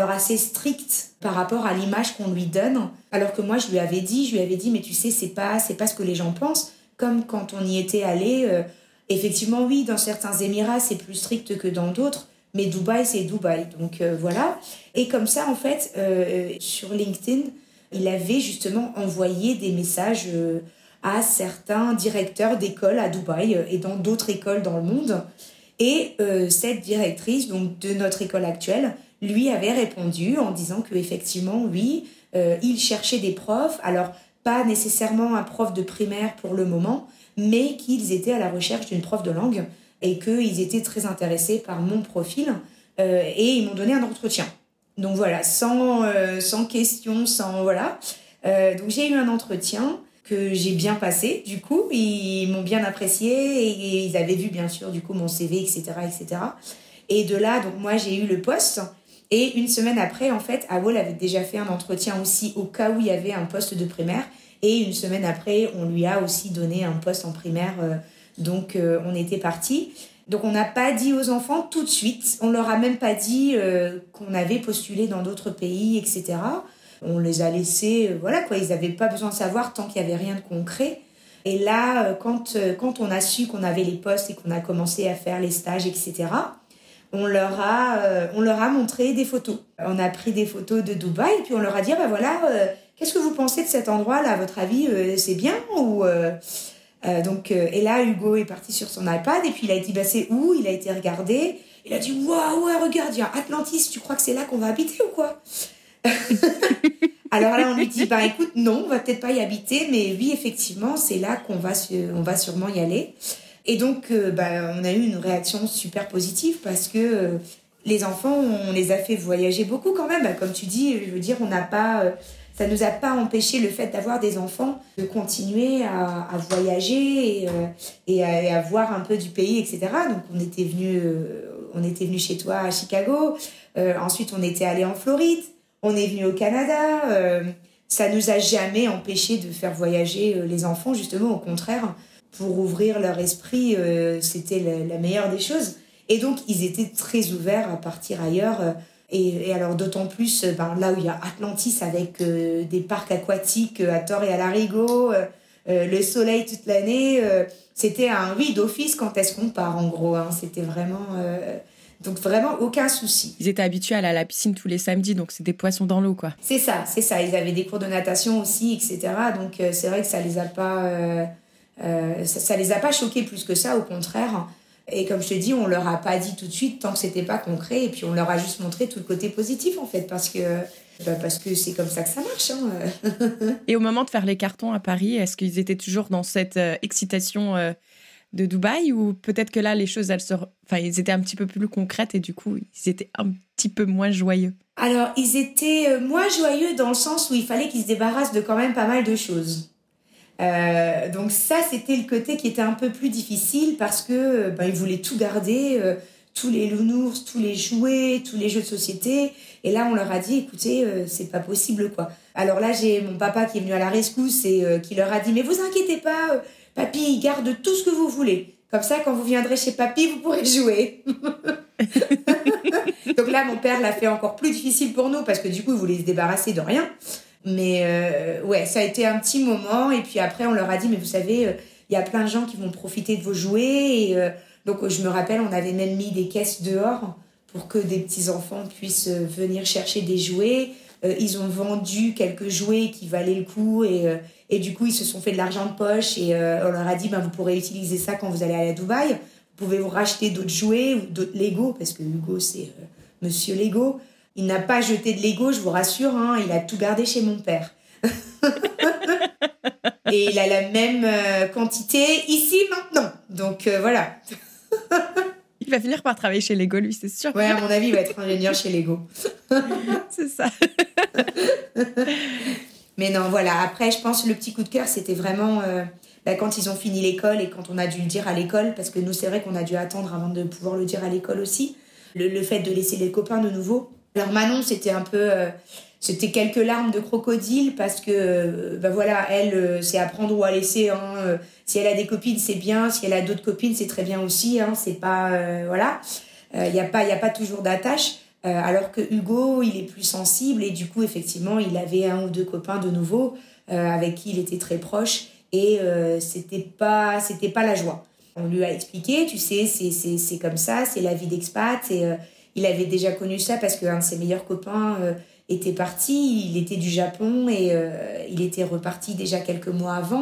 strict par rapport à l'image qu'on lui donne. Alors que moi, je lui avais dit, mais tu sais, c'est pas ce que les gens pensent. Comme quand on y était allé, effectivement, oui, dans certains Émirats, c'est plus strict que dans d'autres, mais Dubaï, c'est Dubaï. Donc voilà. Et comme ça, en fait, sur LinkedIn, il avait justement envoyé des messages à certains directeurs d'écoles à Dubaï et dans d'autres écoles dans le monde. Et cette directrice donc, de notre école actuelle lui avait répondu en disant qu'effectivement, oui, il cherchait des profs. Alors, pas nécessairement un prof de primaire pour le moment, mais qu'ils étaient à la recherche d'une prof de langue et qu'ils étaient très intéressés par mon profil. Et ils m'ont donné un entretien. Donc voilà, sans question, sans... Voilà. Donc j'ai eu un entretien que j'ai bien passé, du coup. Ils m'ont bien apprécié et ils avaient vu, bien sûr, du coup, mon CV, etc., etc. Et de là, donc moi, j'ai eu le poste. Et une semaine après, en fait, AWOL avait déjà fait un entretien aussi au cas où il y avait un poste de primaire. Et une semaine après, on lui a aussi donné un poste en primaire. Donc, on était partis. Donc, on n'a pas dit aux enfants tout de suite. On leur a même pas dit qu'on avait postulé dans d'autres pays, etc. On les a laissés, voilà quoi. Ils n'avaient pas besoin de savoir tant qu'il n'y avait rien de concret. Et là, quand on a su qu'on avait les postes et qu'on a commencé à faire les stages, etc., on leur a montré des photos. On a pris des photos de Dubaï et puis on leur a dit, voilà, qu'est-ce que vous pensez de cet endroit-là, à votre avis, c'est bien ou et là, Hugo est parti sur son iPad et puis il a dit, c'est où? Il a été regardé. Il a dit, waouh, ouais, regarde, il y a Atlantis, tu crois que c'est là qu'on va habiter ou quoi? Alors là, on lui dit, écoute, non, on va peut-être pas y habiter, mais oui, effectivement, c'est là qu'on va, on va sûrement y aller. Et donc, on a eu une réaction super positive parce que les enfants, on les a fait voyager beaucoup quand même. Comme tu dis, je veux dire, ça nous a pas empêché le fait d'avoir des enfants de continuer à voyager et à voir un peu du pays, etc. Donc, on était venu chez toi à Chicago. Ensuite, on était allé en Floride. On est venu au Canada. Ça nous a jamais empêché de faire voyager les enfants, justement, au contraire. Pour ouvrir leur esprit, c'était la meilleure des choses. Et donc, ils étaient très ouverts à partir ailleurs. Et alors, d'autant plus, là où il y a Atlantis avec des parcs aquatiques à tort et à larigot, le soleil toute l'année, c'était un oui d'office quand est-ce qu'on part, en gros. Hein. C'était vraiment... donc, vraiment, aucun souci. Ils étaient habitués à aller à la piscine tous les samedis, donc c'est des poissons dans l'eau, quoi. C'est ça. Ils avaient des cours de natation aussi, etc. Donc, c'est vrai que ça les a pas... ça les a pas choqués plus que ça, au contraire. Et comme je te dis, on leur a pas dit tout de suite tant que c'était pas concret. Et puis on leur a juste montré tout le côté positif en fait, parce que c'est comme ça que ça marche. Hein. Et au moment de faire les cartons à Paris, est-ce qu'ils étaient toujours dans cette excitation de Dubaï, ou peut-être que là les choses ils étaient un petit peu plus concrètes et du coup ils étaient un petit peu moins joyeux? Alors ils étaient moins joyeux dans le sens où il fallait qu'ils se débarrassent de quand même pas mal de choses. Donc ça, c'était le côté qui était un peu plus difficile parce que ils voulaient tout garder, tous les nounours, tous les jouets, tous les jeux de société. Et là, on leur a dit, écoutez, c'est pas possible, quoi. Alors là, j'ai mon papa qui est venu à la rescousse et qui leur a dit, mais vous inquiétez pas, papy, il garde tout ce que vous voulez. Comme ça, quand vous viendrez chez papy, vous pourrez jouer. Donc là, mon père l'a fait encore plus difficile pour nous parce que du coup, il voulait se débarrasser de rien. Mais ça a été un petit moment. Et puis après, on leur a dit, mais vous savez, il y a plein de gens qui vont profiter de vos jouets. Et donc, je me rappelle, on avait même mis des caisses dehors pour que des petits-enfants puissent venir chercher des jouets. Ils ont vendu quelques jouets qui valaient le coup. Et du coup, ils se sont fait de l'argent de poche. Et on leur a dit, vous pourrez utiliser ça quand vous allez aller à Dubaï. Vous pouvez vous racheter d'autres jouets ou d'autres Lego. Parce que Hugo, c'est Monsieur Lego. Il n'a pas jeté de Lego, je vous rassure, hein, il a tout gardé chez mon père. Et il a la même quantité ici, maintenant. Donc, voilà. Il va finir par travailler chez Lego, lui, c'est sûr. Ouais, à mon avis, il va être ingénieur chez Lego. C'est ça. Mais non, voilà. Après, je pense que le petit coup de cœur, c'était vraiment quand ils ont fini l'école et quand on a dû le dire à l'école, parce que nous, c'est vrai qu'on a dû attendre avant de pouvoir le dire à l'école aussi. Le fait de laisser les copains de nouveau. Alors Manon, c'était un peu... c'était quelques larmes de crocodile parce que, elle, c'est à prendre ou à laisser. Hein. Si elle a des copines, c'est bien. Si elle a d'autres copines, c'est très bien aussi. Hein. C'est pas... voilà. Il y a pas toujours d'attache. Alors que Hugo, il est plus sensible. Et du coup, effectivement, il avait un ou deux copains de nouveau avec qui il était très proche. Et c'était pas la joie. On lui a expliqué, tu sais, c'est comme ça, c'est la vie d'expat. Et il avait déjà connu ça parce qu'un de ses meilleurs copains était parti. Il était du Japon et il était reparti déjà quelques mois avant.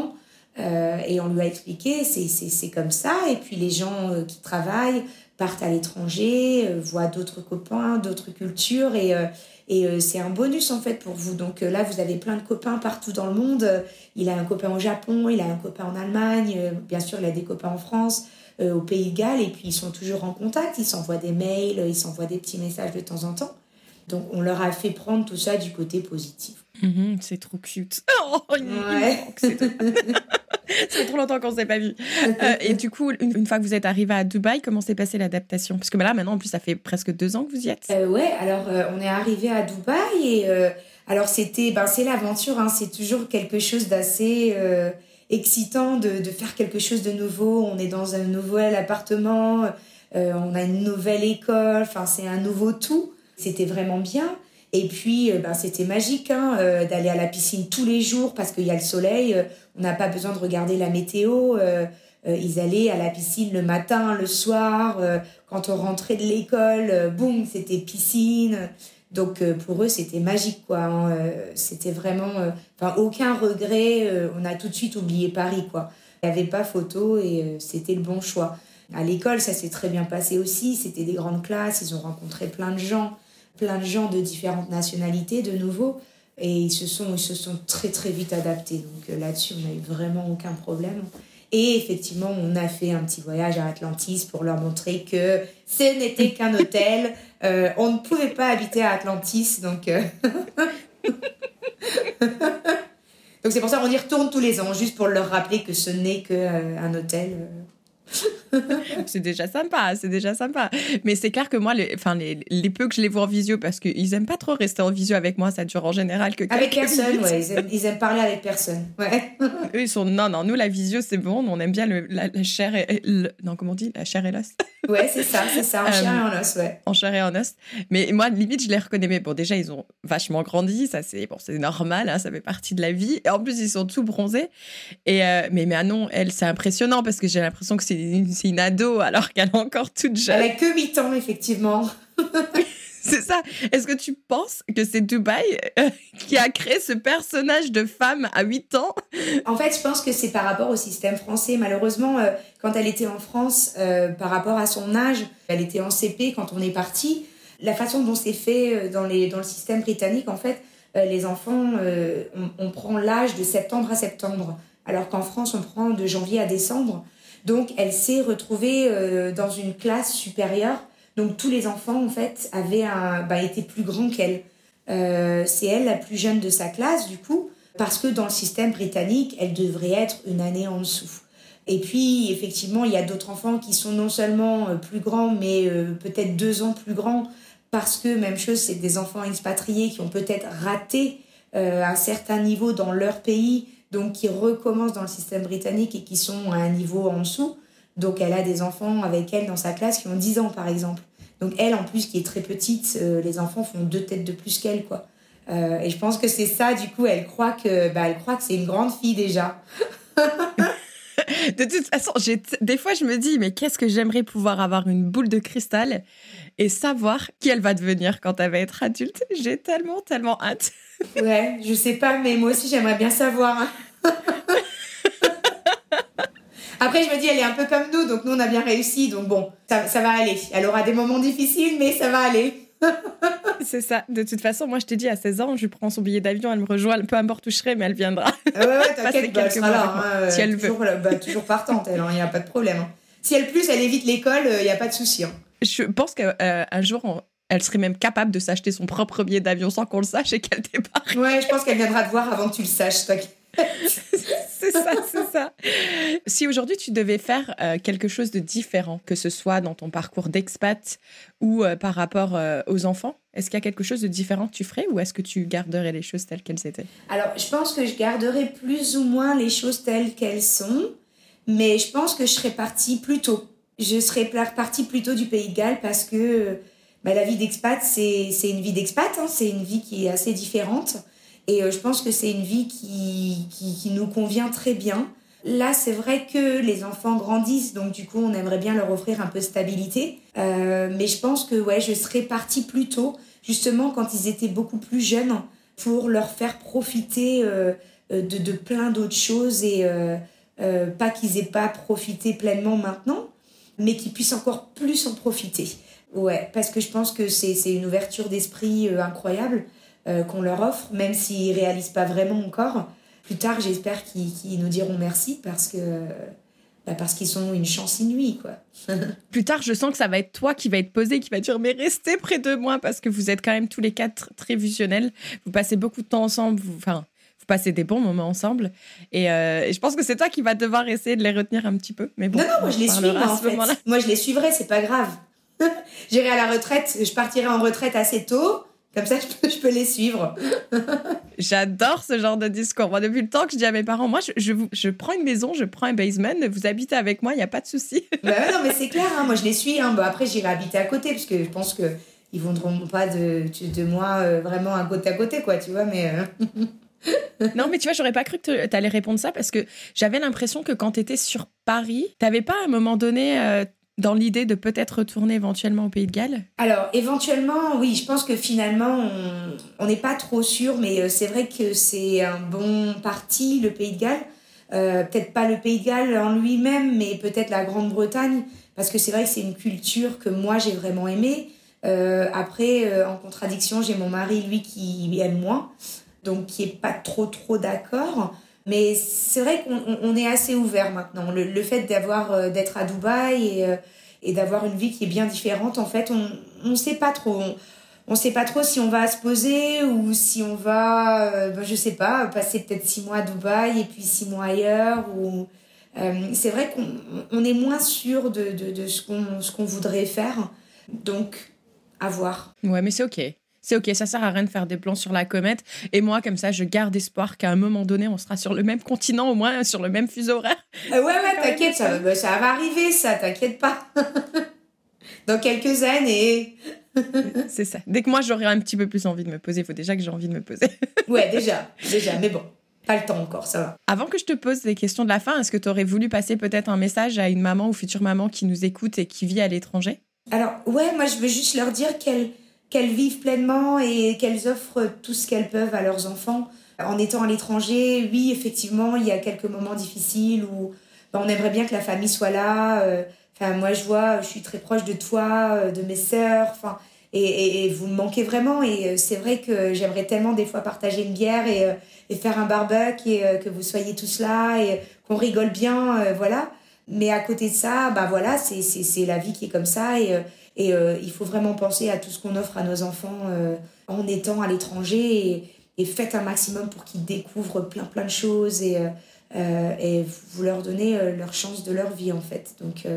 Et on lui a expliqué, c'est comme ça. Et puis les gens qui travaillent partent à l'étranger, voient d'autres copains, d'autres cultures. Et c'est un bonus en fait pour vous. Donc là, vous avez plein de copains partout dans le monde. Il a un copain au Japon, il a un copain en Allemagne. Bien sûr, il a des copains en France, au Pays de Galles. Et puis ils sont toujours en contact. Ils s'envoient des mails, ils s'envoient des petits messages de temps en temps. Donc on leur a fait prendre tout ça du côté positif. C'est trop cute. Ouais. Ça fait trop longtemps qu'on ne s'est pas vu. Et du coup, une fois que vous êtes arrivé à Dubaï, comment s'est passée l'adaptation? Parce que là, maintenant, en plus, ça fait presque 2 ans que vous y êtes. Ouais, alors on est arrivé à Dubaï et alors c'est l'aventure, hein, c'est toujours quelque chose d'assez excitant de faire quelque chose de nouveau. On est dans un nouvel appartement, on a une nouvelle école, enfin c'est un nouveau tout. C'était vraiment bien. Et puis, c'était magique d'aller à la piscine tous les jours parce qu'il y a le soleil. On n'a pas besoin de regarder la météo. Ils allaient à la piscine le matin, le soir. Quand on rentrait de l'école, boum, c'était piscine. Donc, pour eux, c'était magique, quoi. C'était vraiment... aucun regret. On a tout de suite oublié Paris, quoi. Il n'y avait pas photo et c'était le bon choix. À l'école, ça s'est très bien passé aussi. C'était des grandes classes. Ils ont rencontré plein de gens de différentes nationalités de nouveau et ils se sont très très vite adaptés, donc là-dessus on n'a eu vraiment aucun problème. Et effectivement on a fait un petit voyage à Atlantis pour leur montrer que ce n'était qu'un hôtel, on ne pouvait pas habiter à Atlantis, donc donc c'est pour ça qu'on y retourne tous les ans, juste pour leur rappeler que ce n'est qu'un hôtel. C'est déjà sympa. Mais c'est clair que moi, les peu que je les vois en visio, parce qu'ils aiment pas trop rester en visio avec moi, ça dure en général que quelques avec personne, minutes. Ouais, ils aiment parler avec personne, ouais. Eux, ils sont non, nous la visio c'est bon, on aime bien la chair non, comment on dit, la chair et l'os. Ouais, c'est ça, en chair et en os, ouais. En chair et en os. Mais moi, limite, je les reconnais. Mais bon, déjà, ils ont vachement grandi, ça c'est normal, hein, ça fait partie de la vie. Et en plus, ils sont tout bronzés. Et mais Manon, elle, c'est impressionnant parce que j'ai l'impression que c'est une ado alors qu'elle est encore toute jeune. Elle a que 8 ans, effectivement. C'est ça. Est-ce que tu penses que c'est Dubaï qui a créé ce personnage de femme à 8 ans? En fait, je pense que c'est par rapport au système français. Malheureusement, quand elle était en France, par rapport à son âge, elle était en CP quand on est parti. La façon dont c'est fait dans le système britannique, en fait, les enfants, on prend l'âge de septembre à septembre, alors qu'en France, on prend de janvier à décembre. Donc, elle s'est retrouvée dans une classe supérieure. Donc, tous les enfants, en fait, étaient plus grands qu'elle. C'est elle la plus jeune de sa classe, du coup, parce que dans le système britannique, elle devrait être une année en dessous. Et puis, effectivement, il y a d'autres enfants qui sont non seulement plus grands, mais peut-être 2 ans plus grands, parce que, même chose, c'est des enfants expatriés qui ont peut-être raté un certain niveau dans leur pays, donc qui recommencent dans le système britannique et qui sont à un niveau en dessous. Donc, elle a des enfants avec elle dans sa classe qui ont 10 ans, par exemple. Donc, elle, en plus, qui est très petite, les enfants font 2 têtes de plus qu'elle, quoi. Et je pense que c'est ça, du coup, elle croit que c'est une grande fille, déjà. De toute façon, des fois, je me dis, mais qu'est-ce que j'aimerais pouvoir avoir une boule de cristal et savoir qui elle va devenir quand elle va être adulte. J'ai tellement, tellement hâte. Ouais, je sais pas, mais moi aussi, j'aimerais bien savoir. Après, je me dis, elle est un peu comme nous, donc nous, on a bien réussi. Donc bon, ça va aller. Elle aura des moments difficiles, mais ça va aller. C'est ça. De toute façon, moi, je t'ai dit, à 16 ans, je lui prends son billet d'avion, elle me rejoint, peu importe où je serai, mais elle viendra. Ouais, t'inquiète, elle sera là. Si elle toujours, veut. Toujours partante, elle, il n'y a pas de problème. Si elle évite l'école, il n'y a pas de souci. Je pense qu'un jour, elle serait même capable de s'acheter son propre billet d'avion sans qu'on le sache et qu'elle débarque. Ouais, je pense qu'elle viendra te voir avant que tu le saches, toi. C'est ça. Si aujourd'hui tu devais faire quelque chose de différent, que ce soit dans ton parcours d'expat ou par rapport aux enfants, est-ce qu'il y a quelque chose de différent que tu ferais ou est-ce que tu garderais les choses telles qu'elles étaient? Alors, je pense que je garderais plus ou moins les choses telles qu'elles sont, mais je pense que je serais partie plus tôt. Je serais partie plus tôt du Pays de Galles parce que la vie d'expat, c'est une vie d'expat, hein, c'est une vie qui est assez différente. Et je pense que c'est une vie qui nous convient très bien. Là, c'est vrai que les enfants grandissent, donc du coup, on aimerait bien leur offrir un peu de stabilité. Mais je pense que je serais partie plus tôt, justement quand ils étaient beaucoup plus jeunes, pour leur faire profiter de plein d'autres choses et pas qu'ils aient pas profité pleinement maintenant, mais qu'ils puissent encore plus en profiter. Ouais, parce que je pense que c'est une ouverture d'esprit incroyable qu'on leur offre, même s'ils réalisent pas vraiment encore. Plus tard, j'espère qu'ils nous diront merci parce qu'ils sont une chance inouïe, quoi. Plus tard, je sens que ça va être toi qui va être posé, qui va dire mais restez près de moi parce que vous êtes quand même tous les quatre très fusionnels. Vous passez beaucoup de temps ensemble, vous passez des bons moments ensemble. Et je pense que c'est toi qui vas devoir essayer de les retenir un petit peu. Mais bon, non, moi je les suis, moi, en fait. Moi je les suivrai, c'est pas grave. J'irai à la retraite, je partirai en retraite assez tôt. Comme ça, je peux les suivre. J'adore ce genre de discours. Moi, depuis le temps que je dis à mes parents, moi, je prends une maison, je prends un basement, vous habitez avec moi, il n'y a pas de souci. Bah, non, mais c'est clair, hein, moi, je les suis. Hein. Bon, après, j'irai habiter à côté, parce que je pense qu'ils ne voudront pas de moi vraiment à côté, quoi, tu vois, mais... Non, mais tu vois, j'aurais pas cru que tu allais répondre ça, parce que j'avais l'impression que quand tu étais sur Paris, tu n'avais pas à un moment donné... dans l'idée de peut-être retourner éventuellement au Pays de Galles ? Alors, éventuellement, oui, je pense que finalement, on n'est pas trop sûr, mais c'est vrai que c'est un bon parti, le Pays de Galles. Peut-être pas le Pays de Galles en lui-même, mais peut-être la Grande-Bretagne, parce que c'est vrai que c'est une culture que moi, j'ai vraiment aimée. Après, en contradiction, j'ai mon mari, lui, qui aime moins, donc qui n'est pas trop d'accord. Mais c'est vrai qu'on est assez ouvert maintenant. Le fait d'être à Dubaï et d'avoir une vie qui est bien différente, en fait, on sait pas trop. On sait pas trop si on va se poser ou si on va, je sais pas, passer peut-être 6 mois à Dubaï et puis 6 mois ailleurs. C'est vrai qu'on est moins sûr de ce qu'on voudrait faire. Donc, à voir. Ouais, mais c'est OK. C'est OK, ça sert à rien de faire des plans sur la comète. Et moi, comme ça, je garde espoir qu'à un moment donné, on sera sur le même continent, au moins sur le même fuseau horaire. Ouais, t'inquiète, ça va arriver, ça, t'inquiète pas. Dans quelques années. C'est ça. Dès que moi, j'aurai un petit peu plus envie de me poser, il faut déjà que j'ai envie de me poser. Ouais, déjà, mais bon, pas le temps encore, ça va. Avant que je te pose les questions de la fin, est-ce que tu aurais voulu passer peut-être un message à une maman ou future maman qui nous écoute et qui vit à l'étranger ? Alors, ouais, moi, je veux juste leur dire qu'elles vivent pleinement et qu'elles offrent tout ce qu'elles peuvent à leurs enfants. En étant à l'étranger, oui, effectivement, il y a quelques moments difficiles où on aimerait bien que la famille soit là. Moi, je suis très proche de toi, de mes sœurs, et vous me manquez vraiment. Et c'est vrai que j'aimerais tellement des fois partager une bière et faire un barbecue et que vous soyez tous là et qu'on rigole bien, voilà. Mais à côté de ça, voilà, c'est la vie qui est comme ça et il faut vraiment penser à tout ce qu'on offre à nos enfants en étant à l'étranger et faites un maximum pour qu'ils découvrent plein de choses et vous leur donnez leur chance de leur vie en fait.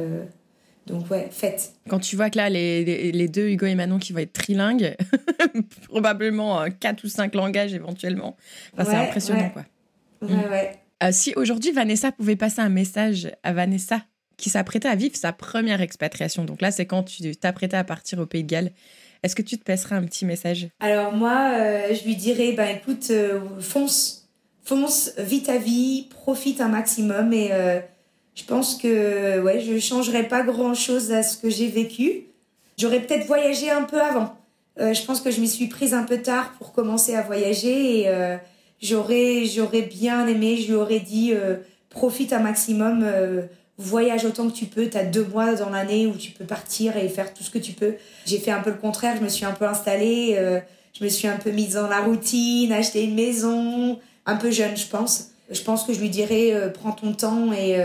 Donc ouais, faites. Quand tu vois que là, les deux, Hugo et Manon, qui vont être trilingues, probablement 4 ou 5 langages éventuellement, c'est impressionnant quoi. Ouais. Si aujourd'hui Vanessa pouvait passer un message à Vanessa qui s'apprêtait à vivre sa première expatriation, donc là c'est quand tu t'apprêtais à partir au Pays de Galles, est-ce que tu te passerais un petit message ? Alors moi, je lui dirais, écoute, fonce, vis ta vie, profite un maximum et je pense que je changerais pas grand-chose à ce que j'ai vécu. J'aurais peut-être voyagé un peu avant. Je pense que je m'y suis prise un peu tard pour commencer à voyager et j'aurais bien aimé, je lui aurais dit profite un maximum, voyage autant que tu peux, t'as 2 mois dans l'année où tu peux partir et faire tout ce que tu peux. J'ai fait un peu le contraire, je me suis un peu installée, je me suis un peu mise dans la routine, acheté une maison, un peu jeune je pense. Je pense que je lui dirais prends ton temps et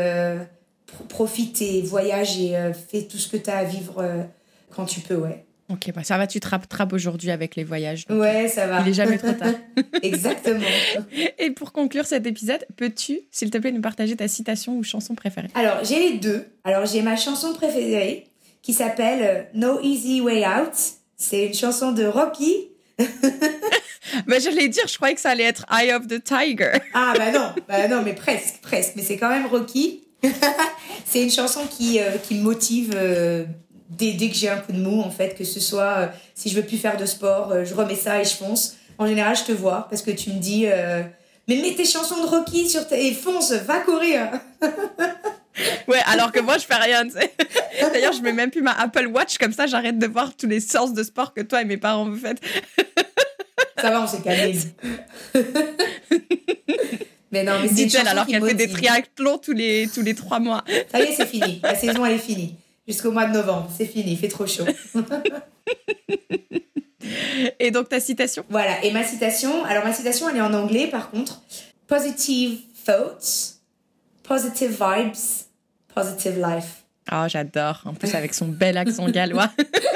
profite et voyage et fais tout ce que t'as à vivre quand tu peux, ouais. Ok, ça va, tu te rattrapes aujourd'hui avec les voyages. Ouais, ça va. Il n'est jamais trop tard. Exactement. Et pour conclure cet épisode, peux-tu, s'il te plaît, nous partager ta citation ou chanson préférée ? Alors, j'ai les deux. Alors, j'ai ma chanson préférée qui s'appelle No Easy Way Out. C'est une chanson de Rocky. J'allais dire, je croyais que ça allait être Eye of the Tiger. Ah, non, mais presque. Mais c'est quand même Rocky. C'est une chanson qui me motive dès que j'ai un coup de mou, en fait, que ce soit si je veux plus faire de sport, je remets ça et je fonce. En général, je te vois parce que tu me dis mais mets tes chansons de Rocky et fonce, va courir. Ouais, alors que moi, je fais rien, tu sais. D'ailleurs, je mets même plus ma Apple Watch, comme ça, j'arrête de voir tous les séances de sport que toi et mes parents vous faites. Ça va, on s'est calmé. Mais non, mais c'est dit-elle alors qu'elle fait des motive. triathlons tous les 3 mois. Ça y est, c'est fini. La saison, elle est finie. Jusqu'au mois de novembre, c'est fini, il fait trop chaud. Et donc, ta citation? Voilà, et ma citation, elle est en anglais par contre. Positive thoughts, positive vibes, positive life. Oh, j'adore. En plus, avec son bel accent gallois.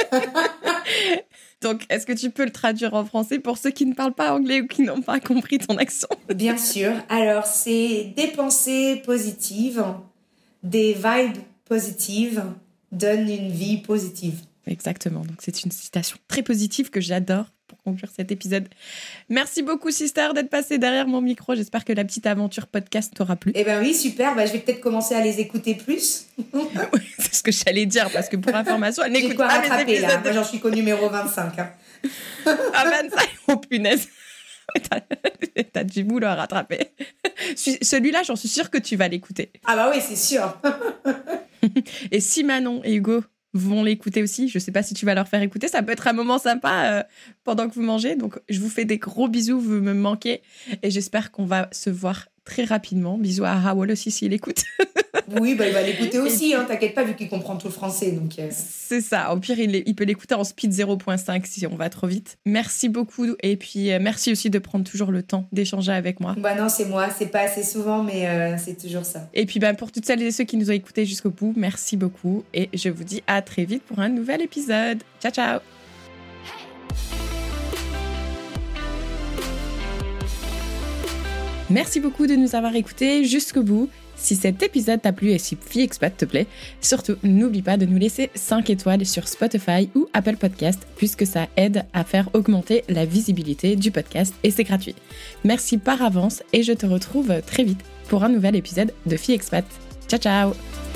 Donc, est-ce que tu peux le traduire en français pour ceux qui ne parlent pas anglais ou qui n'ont pas compris ton accent? Bien sûr. Alors, c'est des pensées positives, des vibes positives donnent une vie positive. Exactement. Donc, c'est une citation très positive que j'adore pour conclure cet épisode. Merci beaucoup, Sister, d'être passée derrière mon micro. J'espère que la petite aventure podcast t'aura plu. Eh ben oui, super. Je vais peut-être commencer à les écouter plus. Oui, c'est ce que j'allais dire, parce que pour information, elle n'écoute pas mes épisodes. Là. Moi, j'en suis qu'au numéro 25. Hein. Ah, 25, oh punaise. T'as du boulot à rattraper. Celui-là, j'en suis sûre que tu vas l'écouter. Ah bah oui, c'est sûr. Et si Manon et Hugo vont l'écouter aussi, je sais pas si tu vas leur faire écouter, ça peut être un moment sympa pendant que vous mangez. Donc, je vous fais des gros bisous, vous me manquez. Et j'espère qu'on va se voir très rapidement. Bisous à Howell aussi s'il écoute. Oui, il va l'écouter aussi, hein, t'inquiète pas, vu qu'il comprend tout le français. Donc C'est ça, au pire, il peut l'écouter en speed 0.5 si on va trop vite. Merci beaucoup, et puis merci aussi de prendre toujours le temps d'échanger avec moi. Bah non, c'est moi, c'est pas assez souvent, mais c'est toujours ça. Et puis pour toutes celles et ceux qui nous ont écoutés jusqu'au bout, merci beaucoup, et je vous dis à très vite pour un nouvel épisode. Ciao, ciao. Merci beaucoup de nous avoir écoutés jusqu'au bout. Si cet épisode t'a plu et si Fille Expat te plaît, surtout n'oublie pas de nous laisser 5 étoiles sur Spotify ou Apple Podcast, puisque ça aide à faire augmenter la visibilité du podcast et c'est gratuit. Merci par avance et je te retrouve très vite pour un nouvel épisode de Fille Expat. Ciao, ciao!